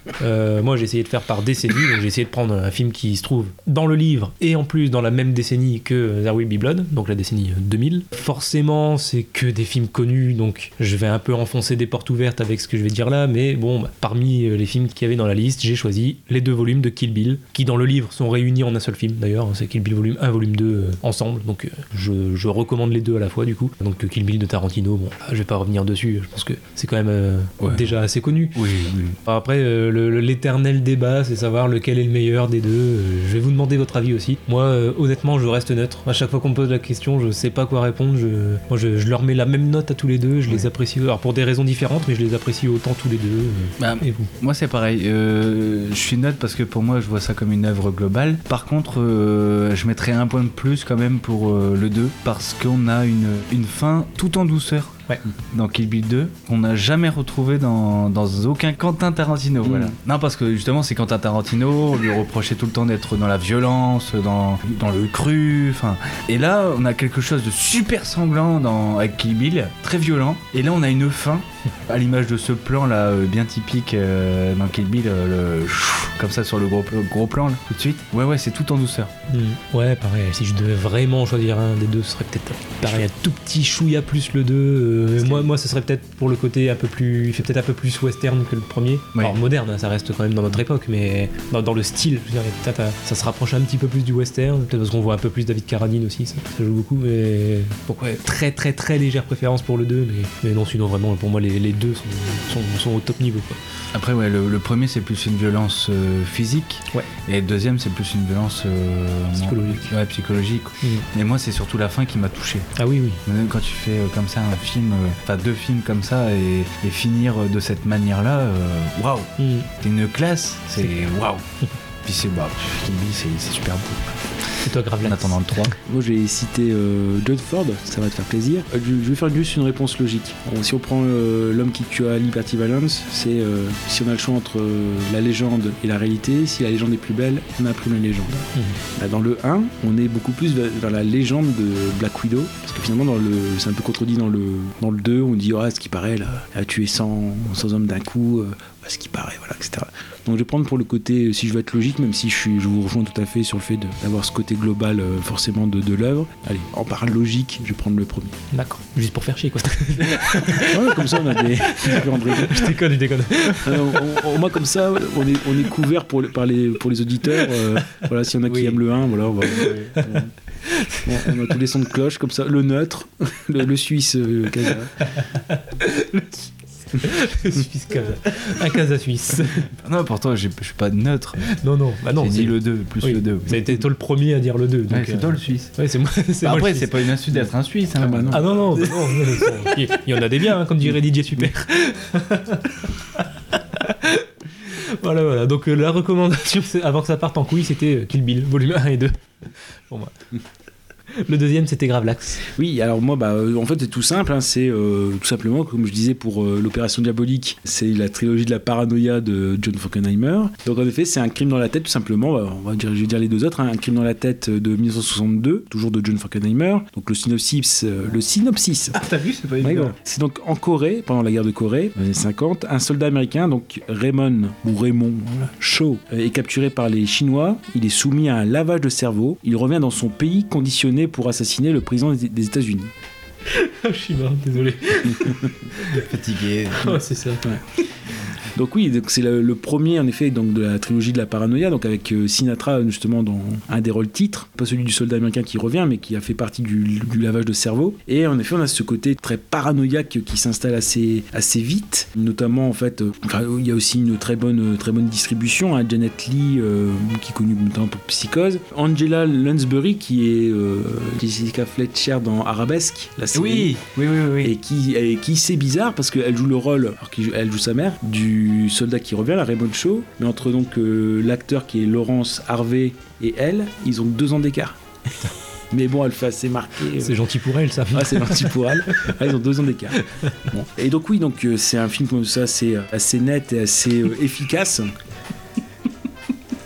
[SPEAKER 4] Euh, moi, j'ai essayé de faire par décennie, donc j'ai essayé de prendre un film qui se trouve dans le livre et en plus dans la même décennie que There Will Be Blood, donc la décennie deux mille. Forcément, c'est que des films connus, donc je vais un peu enfoncer des portes ouvertes avec ce que je vais dire là, mais bon, bah, parmi les films qu'il y avait dans la liste, j'ai choisi les deux volumes de Kill Bill, qui dans le livre sont réunis en un seul film d'ailleurs, c'est Kill Bill volume un, volume deux euh, ensemble, donc euh, je, je recommande les deux à la fois du coup. Donc Kill Bill de Tarantino, bon, je vais pas revenir dessus, je pense que c'est quand même euh, ouais. déjà assez connu.
[SPEAKER 6] Oui, oui.
[SPEAKER 4] Après, euh, le, le, l'éternel débat, c'est savoir lequel est le meilleur des deux. Euh, je vais vous demander votre avis aussi. Moi, euh, honnêtement, je reste neutre. À chaque fois qu'on me pose la question, je sais pas quoi répondre. Je, moi, je, je leur mets la même note à tous les deux. Je ouais. les apprécie, alors pour des raisons différentes, mais je les apprécie autant tous les deux. Euh,
[SPEAKER 6] bah,
[SPEAKER 4] et vous?
[SPEAKER 6] Moi, c'est pareil. Euh, je suis neutre parce que pour moi, je vois ça comme une œuvre globale. Par contre, euh, je mettrais un point de plus quand même pour euh, le deux parce qu'on a une, une fin tout en douceur.
[SPEAKER 4] Ouais.
[SPEAKER 6] Dans Kill Bill deux, qu'on n'a jamais retrouvé dans, dans aucun Quentin Tarantino. Mmh. Voilà. Non, parce que justement, c'est Quentin Tarantino, on lui reprochait tout le temps d'être dans la violence, dans, dans le cru. Fin. Et là, on a quelque chose de super sanglant dans, avec Kill Bill, très violent. Et là, on a une fin, à l'image de ce plan là, bien typique euh, dans Kill Bill, euh, le comme ça sur le gros, le gros plan, là, tout de suite. Ouais, ouais, c'est tout en douceur.
[SPEAKER 4] Mmh. Ouais, pareil, si je devais vraiment choisir un des deux, ce serait peut-être pareil, un tout petit chouïa plus le deux. Euh, moi, moi, ce serait peut-être pour le côté un peu plus. Il fait peut-être un peu plus western que le premier. Ouais. Alors, moderne, hein, ça reste quand même dans notre époque, mais dans, dans le style, je veux dire, peut-être ça se rapproche un petit peu plus du western. Peut-être parce qu'on voit un peu plus David Carradine aussi, ça, ça joue beaucoup. Mais. Donc, ouais, très, très, très légère préférence pour le deux, mais, mais non, sinon, vraiment, pour moi, les, les deux sont, sont, sont au top niveau, quoi.
[SPEAKER 6] Après, ouais, le, le premier, c'est plus une violence euh, physique.
[SPEAKER 4] Ouais.
[SPEAKER 6] Et le deuxième, c'est plus une violence euh,
[SPEAKER 4] psychologique.
[SPEAKER 6] Ouais, psychologique. Mmh. Mais moi, c'est surtout la fin qui m'a touché.
[SPEAKER 4] Ah oui, oui.
[SPEAKER 6] Quand tu fais euh, comme ça un film, enfin euh, deux films comme ça, et, et finir de cette manière-là, waouh, wow. mmh. C'est une classe, c'est waouh. Puis c'est bah, c'est, c'est super beau.
[SPEAKER 4] C'est toi, Gravelas.
[SPEAKER 6] En attendant le trois.
[SPEAKER 3] Moi, j'ai cité euh, John Ford, ça va te faire plaisir. Euh, je vais faire juste une réponse logique. Bon, si on prend euh, L'homme qui tua Liberty Valance, c'est euh, si on a le choix entre euh, la légende et la réalité, si la légende est plus belle, on imprime la légende. Mmh. Bah, dans le un, on est beaucoup plus vers, vers la légende de Black Widow, parce que finalement, dans le, c'est un peu contredit dans le, dans le deux, on dit oh, ce qui paraît, là, elle a tué cent hommes d'un coup, euh, bah, ce qui paraît, voilà, et cetera. Donc je vais prendre pour le côté, si je veux être logique, même si je, suis, je vous rejoins tout à fait sur le fait de, d'avoir ce côté global euh, forcément de, de l'œuvre. Allez, en parlant logique, je vais prendre le premier.
[SPEAKER 4] D'accord, juste pour faire chier quoi.
[SPEAKER 3] Ouais, comme ça on a des différentes raisons.
[SPEAKER 4] Je déconne, je déconne.
[SPEAKER 3] Alors, on, on, moi comme ça, on est, on est couvert pour, par les, pour les auditeurs. Euh, voilà, s'il y en a qui oui. aiment le un, voilà, on va... On, on, on a tous les sons de cloche, comme ça, le neutre, le, le suisse euh, Casa.
[SPEAKER 4] Le Suisse Casa. Un Casa suisse.
[SPEAKER 6] Non, pourtant, je suis pas neutre.
[SPEAKER 4] Non, non, bah non.
[SPEAKER 6] J'ai
[SPEAKER 4] c'est
[SPEAKER 6] dit le deux, plus
[SPEAKER 4] oui.
[SPEAKER 6] le deux.
[SPEAKER 4] Ça a été toi le premier à dire le deux. Donc,
[SPEAKER 6] ouais, c'est
[SPEAKER 4] euh...
[SPEAKER 6] toi le Suisse.
[SPEAKER 4] Ouais, c'est moi. C'est
[SPEAKER 6] bah
[SPEAKER 4] moi
[SPEAKER 6] après, c'est pas une insulte d'être un Suisse. Hein.
[SPEAKER 3] Ah, bah non.
[SPEAKER 4] Ah non, non, bah non. Il y en a des biens, hein, comme dirait Didier Super. Voilà, voilà. Donc, euh, la recommandation, c'est, avant que ça parte en couille, c'était Kill Bill, volume un et deux. Pour moi. Le deuxième, c'était Gravelax.
[SPEAKER 3] Oui, alors moi, bah, en fait, c'est tout simple. Hein, c'est euh, tout simplement, comme je disais pour euh, l'Opération Diabolique, c'est la trilogie de la paranoïa de John Frankenheimer. Donc en effet, c'est un crime dans la tête, tout simplement. Bah, on va dire, je vais dire les deux autres. Hein, un crime dans la tête de dix-neuf cent soixante-deux, toujours de John Frankenheimer. Donc le synopsis, euh, le synopsis.
[SPEAKER 6] Ah, t'as vu, c'est pas évident.
[SPEAKER 3] Ouais, voilà. C'est donc en Corée, pendant la guerre de Corée, dans les années cinquante, un soldat américain, donc Raymond ou Raymond Shaw, est capturé par les Chinois. Il est soumis à un lavage de cerveau. Il revient dans son pays conditionné pour assassiner le président des États-Unis.
[SPEAKER 4] Je suis mort, désolé.
[SPEAKER 6] Fatigué.
[SPEAKER 4] Ouais, c'est ça.
[SPEAKER 3] Ouais. Donc oui, donc c'est le, le premier en effet donc de la trilogie de la paranoïa, donc avec euh, Sinatra justement dans un des rôles titres, pas celui du soldat américain qui revient, mais qui a fait partie du, du lavage de cerveau. Et en effet, on a ce côté très paranoïaque qui s'installe assez assez vite, notamment en fait, euh, enfin, il y a aussi une très bonne très bonne distribution. Hein, Janet Leigh, euh, qui est connue notamment pour Psychose, Angela Lansbury qui est euh, Jessica Fletcher dans Arabesque, la série.
[SPEAKER 6] Oui, oui, oui, oui.
[SPEAKER 3] Et qui et qui c'est bizarre parce qu'elle joue le rôle, alors qu'elle joue sa mère, du soldat qui revient, la Raymond Shaw, mais entre donc euh, l'acteur qui est Laurence Harvey et elle, ils ont deux ans d'écart. Mais bon, elle fait assez marqué.
[SPEAKER 4] C'est gentil pour elle, ça.
[SPEAKER 3] Ah, c'est gentil pour elle. Ah, ils ont deux ans d'écart. Bon. Et donc oui, donc euh, c'est un film comme ça, c'est assez net et assez euh, efficace.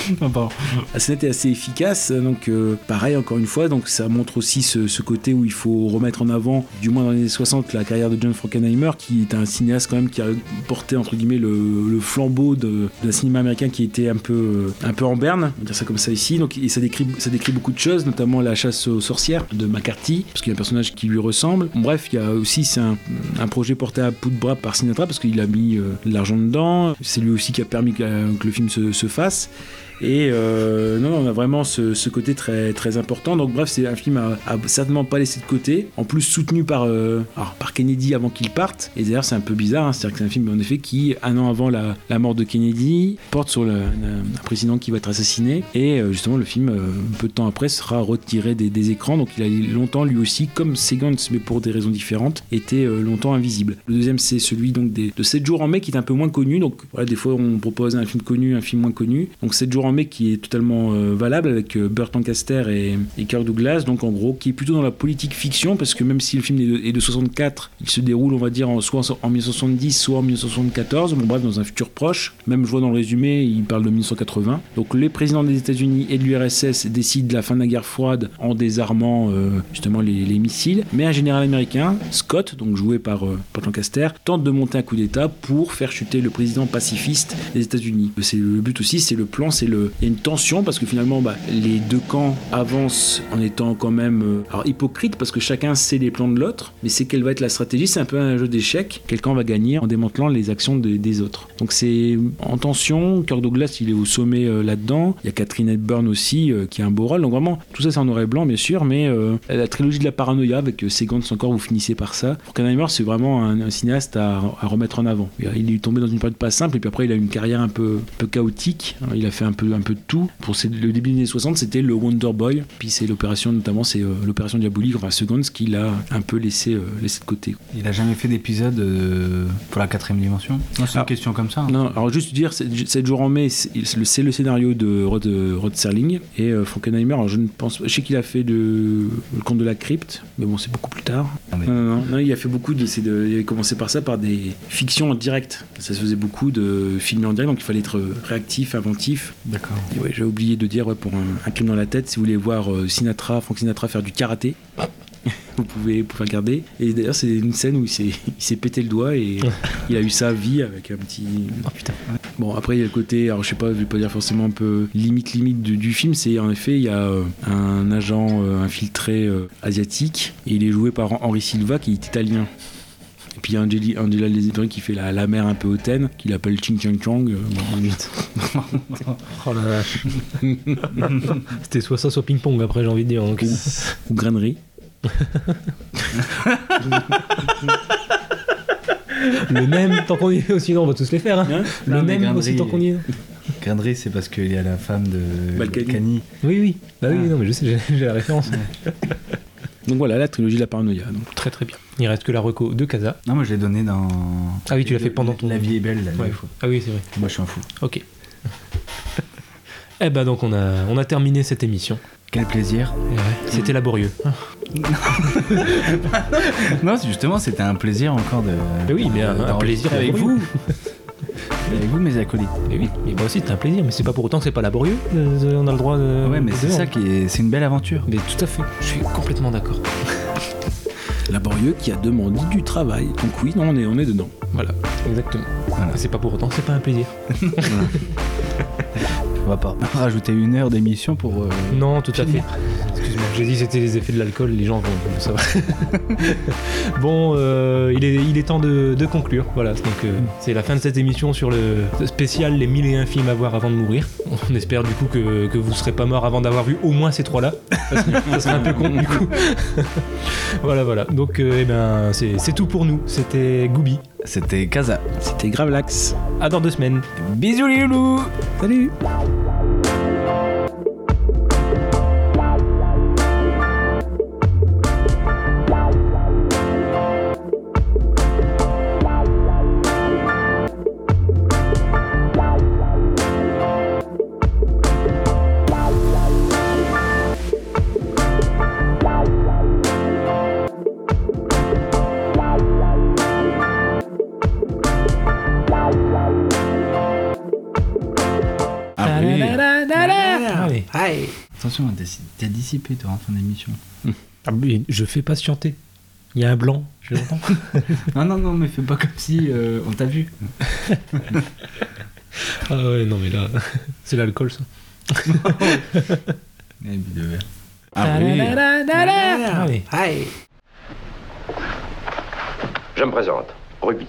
[SPEAKER 6] Non, pardon.
[SPEAKER 3] assez net et assez efficace. Donc euh, pareil, encore une fois, donc ça montre aussi ce, ce côté où il faut remettre en avant, du moins dans les années soixante, la carrière de John Frankenheimer, qui est un cinéaste quand même qui a porté entre guillemets le, le flambeau de, d'un cinéma américain qui était un peu un peu en berne, on va dire ça comme ça ici. Donc et ça décrit ça décrit beaucoup de choses, notamment la chasse aux sorcières de McCarthy, parce qu'il y a un personnage qui lui ressemble. Bref, il y a aussi c'est un, un projet porté à bout de bras par Sinatra parce qu'il a mis euh, de l'argent dedans. C'est lui aussi qui a permis que, que le film se, se fasse. Et euh, non, on a vraiment ce, ce côté très, très important. Donc bref, c'est un film à, à certainement pas laisser de côté. En plus soutenu par, euh, alors, par Kennedy avant qu'il parte. Et d'ailleurs c'est un peu bizarre, hein, c'est-à-dire que c'est un film en effet qui, un an avant la, la mort de Kennedy, porte sur le, un, un président qui va être assassiné. Et euh, justement le film, euh, peu de temps après, sera retiré des, des écrans. Donc il a longtemps lui aussi, comme Seagance, mais pour des raisons différentes, été euh, longtemps invisible. Le deuxième c'est celui donc des, de sept jours en mai qui est un peu moins connu. Donc voilà, des fois on propose un film connu, un film moins connu. Donc sept jours en mai qui est totalement euh, valable avec euh, Burt Lancaster et, et Kirk Douglas, donc en gros qui est plutôt dans la politique fiction, parce que même si le film est de, est de soixante-quatre, il se déroule on va dire en, soit en dix-neuf cent soixante-dix soit en dix-neuf cent soixante-quatorze, bon bref dans un futur proche. Même je vois dans le résumé il parle de dix-neuf cent quatre-vingts. Donc les présidents des États-Unis et de l'U R S S décident de la fin de la guerre froide en désarmant euh, justement les, les missiles, mais un général américain, Scott, donc joué par euh, Burt Lancaster, tente de monter un coup d'état pour faire chuter le président pacifiste des États-Unis. C'est le but aussi, c'est le plan, c'est le il y a une tension parce que finalement bah, les deux camps avancent en étant quand même euh, alors hypocrites parce que chacun sait les plans de l'autre, mais c'est quelle va être la stratégie, c'est un peu un jeu d'échecs, quel camp va gagner en démantelant les actions de, des autres. Donc c'est en tension, Kirk Douglas il est au sommet euh, là-dedans, il y a Katharine Hepburn aussi euh, qui a un beau rôle, donc vraiment tout ça c'est en noir et blanc bien sûr, mais euh, la trilogie de la paranoïa avec euh, Seagance encore, vous finissez par ça. Frankenheimer c'est vraiment un, un cinéaste à, à remettre en avant. Il est tombé dans une période pas simple et puis après il a une carrière un peu, un peu chaotique, il a fait un peu, un peu de tout. Pour le début des années soixante, c'était le Wonder Boy, puis c'est l'opération, notamment c'est euh, l'opération Diabolique, enfin Seagance qui l'a un peu laissé, euh, laissé de côté.
[SPEAKER 6] Il a jamais fait d'épisode euh, pour la quatrième dimension? Non, c'est alors, une question comme ça. Hein.
[SPEAKER 3] Non, alors juste dire, sept jours en mai, c'est, c'est le scénario de Rod, Rod Serling et euh, Frankenheimer. Alors je ne pense, je sais qu'il a fait de, le conte de la crypte, mais bon c'est beaucoup plus tard. Ah, mais... non, non, non, non, il a fait beaucoup de, c'est de, il avait commencé par ça, par des fictions en direct. Ça se faisait beaucoup de films en direct, donc il fallait être réactif, inventif.
[SPEAKER 6] D'accord.
[SPEAKER 3] Et ouais, j'ai oublié de dire ouais, pour un, un crime dans la tête, si vous voulez voir euh, Sinatra, Frank Sinatra faire du karaté, vous pouvez, vous pouvez regarder. Et d'ailleurs c'est une scène où il s'est, il s'est pété le doigt et il a eu sa vie avec un petit.
[SPEAKER 4] Oh putain.
[SPEAKER 3] Bon après il y a le côté, alors je sais pas, je vais pas dire forcément un peu limite limite du, du film, c'est en effet il y a euh, un agent euh, infiltré euh, asiatique et il est joué par Henry Silva qui est italien. Et puis il y a Angeli, Angela Lansbury qui fait la, la mère un peu hautaine, qui l'appelle Ching Chang Chong. Euh,
[SPEAKER 4] oh la vache. C'était soit ça, soit ping-pong après, j'ai envie de dire. Donc.
[SPEAKER 3] Ou, ou grainerie.
[SPEAKER 4] Le même, tant qu'on y est aussi, non, on va tous les faire. Hein. Hein le non, même aussi, tant qu'on y est.
[SPEAKER 6] Grainerie, c'est parce qu'il y a la femme de
[SPEAKER 3] Balkany.
[SPEAKER 6] Balkany.
[SPEAKER 4] Oui, oui. Bah ah. oui, non, mais je sais, j'ai, j'ai la référence.
[SPEAKER 3] Donc voilà, la trilogie de la paranoïa. Donc.
[SPEAKER 4] Très très bien. Il reste que la reco de Casa.
[SPEAKER 6] Non, moi je l'ai donné dans.
[SPEAKER 4] Ah oui, tu l'as fait pendant ton.
[SPEAKER 6] La vie est belle, la
[SPEAKER 4] ouais.
[SPEAKER 6] fois.
[SPEAKER 4] Ah oui, c'est vrai.
[SPEAKER 6] Moi je suis un fou.
[SPEAKER 4] Ok. Eh ben donc on a, on a terminé cette émission.
[SPEAKER 6] Quel plaisir.
[SPEAKER 4] Ouais, c'était laborieux.
[SPEAKER 6] Non, justement, c'était un plaisir encore de.
[SPEAKER 4] Mais oui, mais un, un plaisir
[SPEAKER 6] avec
[SPEAKER 4] laborieux.
[SPEAKER 6] vous. Avec vous, mes acolytes.
[SPEAKER 4] Mais oui, mais moi aussi, c'était un plaisir, mais c'est pas pour autant que c'est pas laborieux. Euh, on a le droit de.
[SPEAKER 6] Ouais, mais de c'est ça qui est. C'est une belle aventure.
[SPEAKER 4] Mais tout à fait, je suis complètement d'accord.
[SPEAKER 3] Laborieux qui a demandé du travail. Donc oui, non, on est, on est dedans.
[SPEAKER 4] Voilà, exactement. Voilà. C'est pas pour autant que c'est pas un plaisir.
[SPEAKER 6] On va pas rajouter une heure d'émission pour. Euh,
[SPEAKER 4] non, tout à fait. Excuse-moi, j'ai dit que c'était les effets de l'alcool, les gens vont, vont savoir. Bon, euh, il, est, il est temps de, de conclure. Voilà, donc euh, c'est la fin de cette émission sur le spécial Les mille et un films à voir avant de mourir. On espère du coup que, que vous serez pas mort avant d'avoir vu au moins ces trois-là. Parce que ça serait un peu con du coup. Voilà, voilà. Donc, euh, eh ben, c'est, c'est tout pour nous. C'était Goubi.
[SPEAKER 6] C'était Casa.
[SPEAKER 3] C'était Gravelax.
[SPEAKER 4] À dans deux semaines.
[SPEAKER 6] Bisous les loulous.
[SPEAKER 3] Salut.
[SPEAKER 6] Ah oui.
[SPEAKER 1] Aïe.
[SPEAKER 6] Attention, t'es, t'es dissipé, toi, en fin d'émission.
[SPEAKER 4] Ah, mais je fais patienter. Il y a un blanc, je l'entends.
[SPEAKER 6] non, non, non, mais fais pas comme si euh, on t'a vu.
[SPEAKER 4] Ah ouais, non, mais là, c'est l'alcool, ça.
[SPEAKER 6] Et puis de verre.
[SPEAKER 4] Ah oui. Ah oui.
[SPEAKER 1] Aïe.
[SPEAKER 9] Je me présente, Ruby.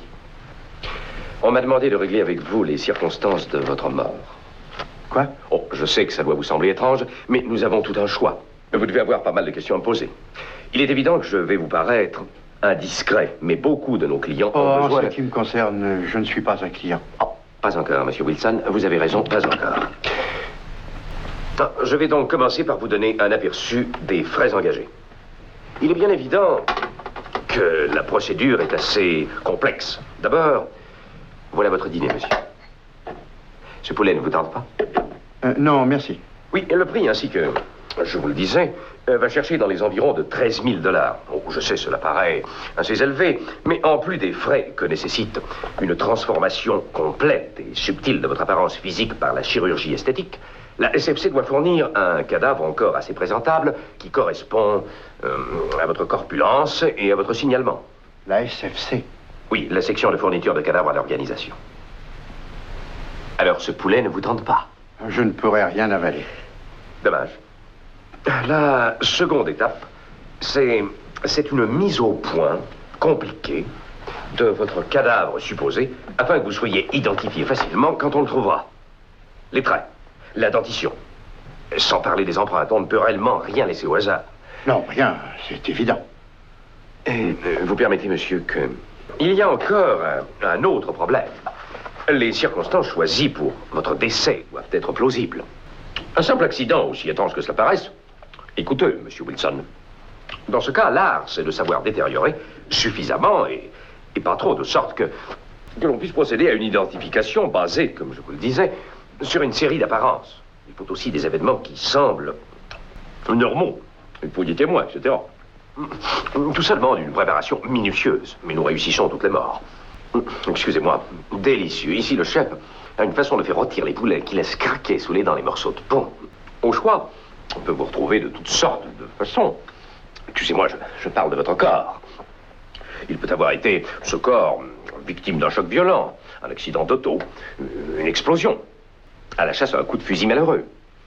[SPEAKER 9] On m'a demandé de régler avec vous les circonstances de votre mort.
[SPEAKER 7] Quoi?
[SPEAKER 9] Oh, je sais que ça doit vous sembler étrange, mais nous avons tout un choix. Vous devez avoir pas mal de questions à me poser. Il est évident que je vais vous paraître indiscret, mais beaucoup de nos clients
[SPEAKER 7] Oh,
[SPEAKER 9] ont
[SPEAKER 7] en
[SPEAKER 9] besoin...
[SPEAKER 7] ce qui me concerne, je ne suis pas un client.
[SPEAKER 9] Oh, pas encore, monsieur Wilson. Vous avez raison, pas encore. Ah, je vais donc commencer par vous donner un aperçu des frais engagés. Il est bien évident que la procédure est assez complexe. D'abord, voilà votre dîner, monsieur. Ce poulet ne vous tente pas?
[SPEAKER 7] Euh, non, merci.
[SPEAKER 9] Oui, le prix, ainsi que je vous le disais, euh, va chercher dans les environs de treize mille dollars. Oh, je sais, cela paraît assez élevé, mais en plus des frais que nécessite une transformation complète et subtile de votre apparence physique par la chirurgie esthétique, la S F C doit fournir un cadavre encore assez présentable qui correspond euh, à votre corpulence et à votre signalement.
[SPEAKER 7] La S F C?
[SPEAKER 9] Oui, la section de fourniture de cadavres à l'organisation. Alors, ce poulet ne vous tente pas?
[SPEAKER 7] Je ne pourrais rien avaler.
[SPEAKER 9] Dommage. La seconde étape, c'est, c'est une mise au point compliquée de votre cadavre supposé afin que vous soyez identifié facilement quand on le trouvera. Les traits, la dentition. Sans parler des empreintes, on ne peut réellement rien laisser au hasard.
[SPEAKER 7] Non, rien, c'est évident.
[SPEAKER 9] Et euh, vous permettez, monsieur, que... Il y a encore un, un autre problème. Les circonstances choisies pour votre décès doivent être plausibles. Un simple accident, aussi étrange que cela paraisse, est coûteux, monsieur Wilson. Dans ce cas, l'art, c'est de savoir détériorer suffisamment et, et pas trop, de sorte que, que l'on puisse procéder à une identification basée, comme je vous le disais, sur une série d'apparences. Il faut aussi des événements qui semblent normaux. Il faut des témoins, et cetera. Tout ça demande une préparation minutieuse, mais nous réussissons toutes les morts. Excusez-moi, délicieux. Ici, le chef a une façon de faire rôtir les poulets qui laisse craquer sous les dents les morceaux de pont. Au choix, on peut vous retrouver de toutes sortes de façons. Excusez-moi, je, je parle de votre corps. Il peut avoir été, ce corps, victime d'un choc violent, un accident d'auto, une explosion, à la chasse à un coup de fusil malheureux.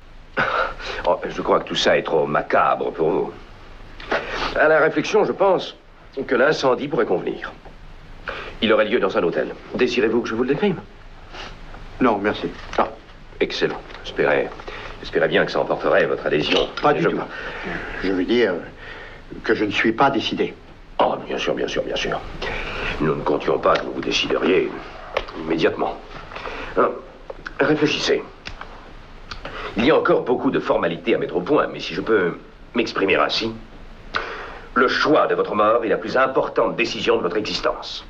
[SPEAKER 9] Oh, je crois que tout ça est trop macabre pour vous. À la réflexion, je pense que l'incendie pourrait convenir. Il aurait lieu dans un hôtel. Désirez-vous que je vous le décrive?
[SPEAKER 7] Non, merci.
[SPEAKER 9] Ah, excellent. J'espérais, j'espérais bien que ça emporterait votre adhésion.
[SPEAKER 7] Pas du
[SPEAKER 9] je...
[SPEAKER 7] tout. Je veux dire que je ne suis pas décidé.
[SPEAKER 9] Oh, bien sûr, bien sûr, bien sûr. Nous ne comptions pas que vous vous décideriez immédiatement. Hein, réfléchissez. Il y a encore beaucoup de formalités à mettre au point, mais si je peux m'exprimer ainsi, le choix de votre mort est la plus importante décision de votre existence.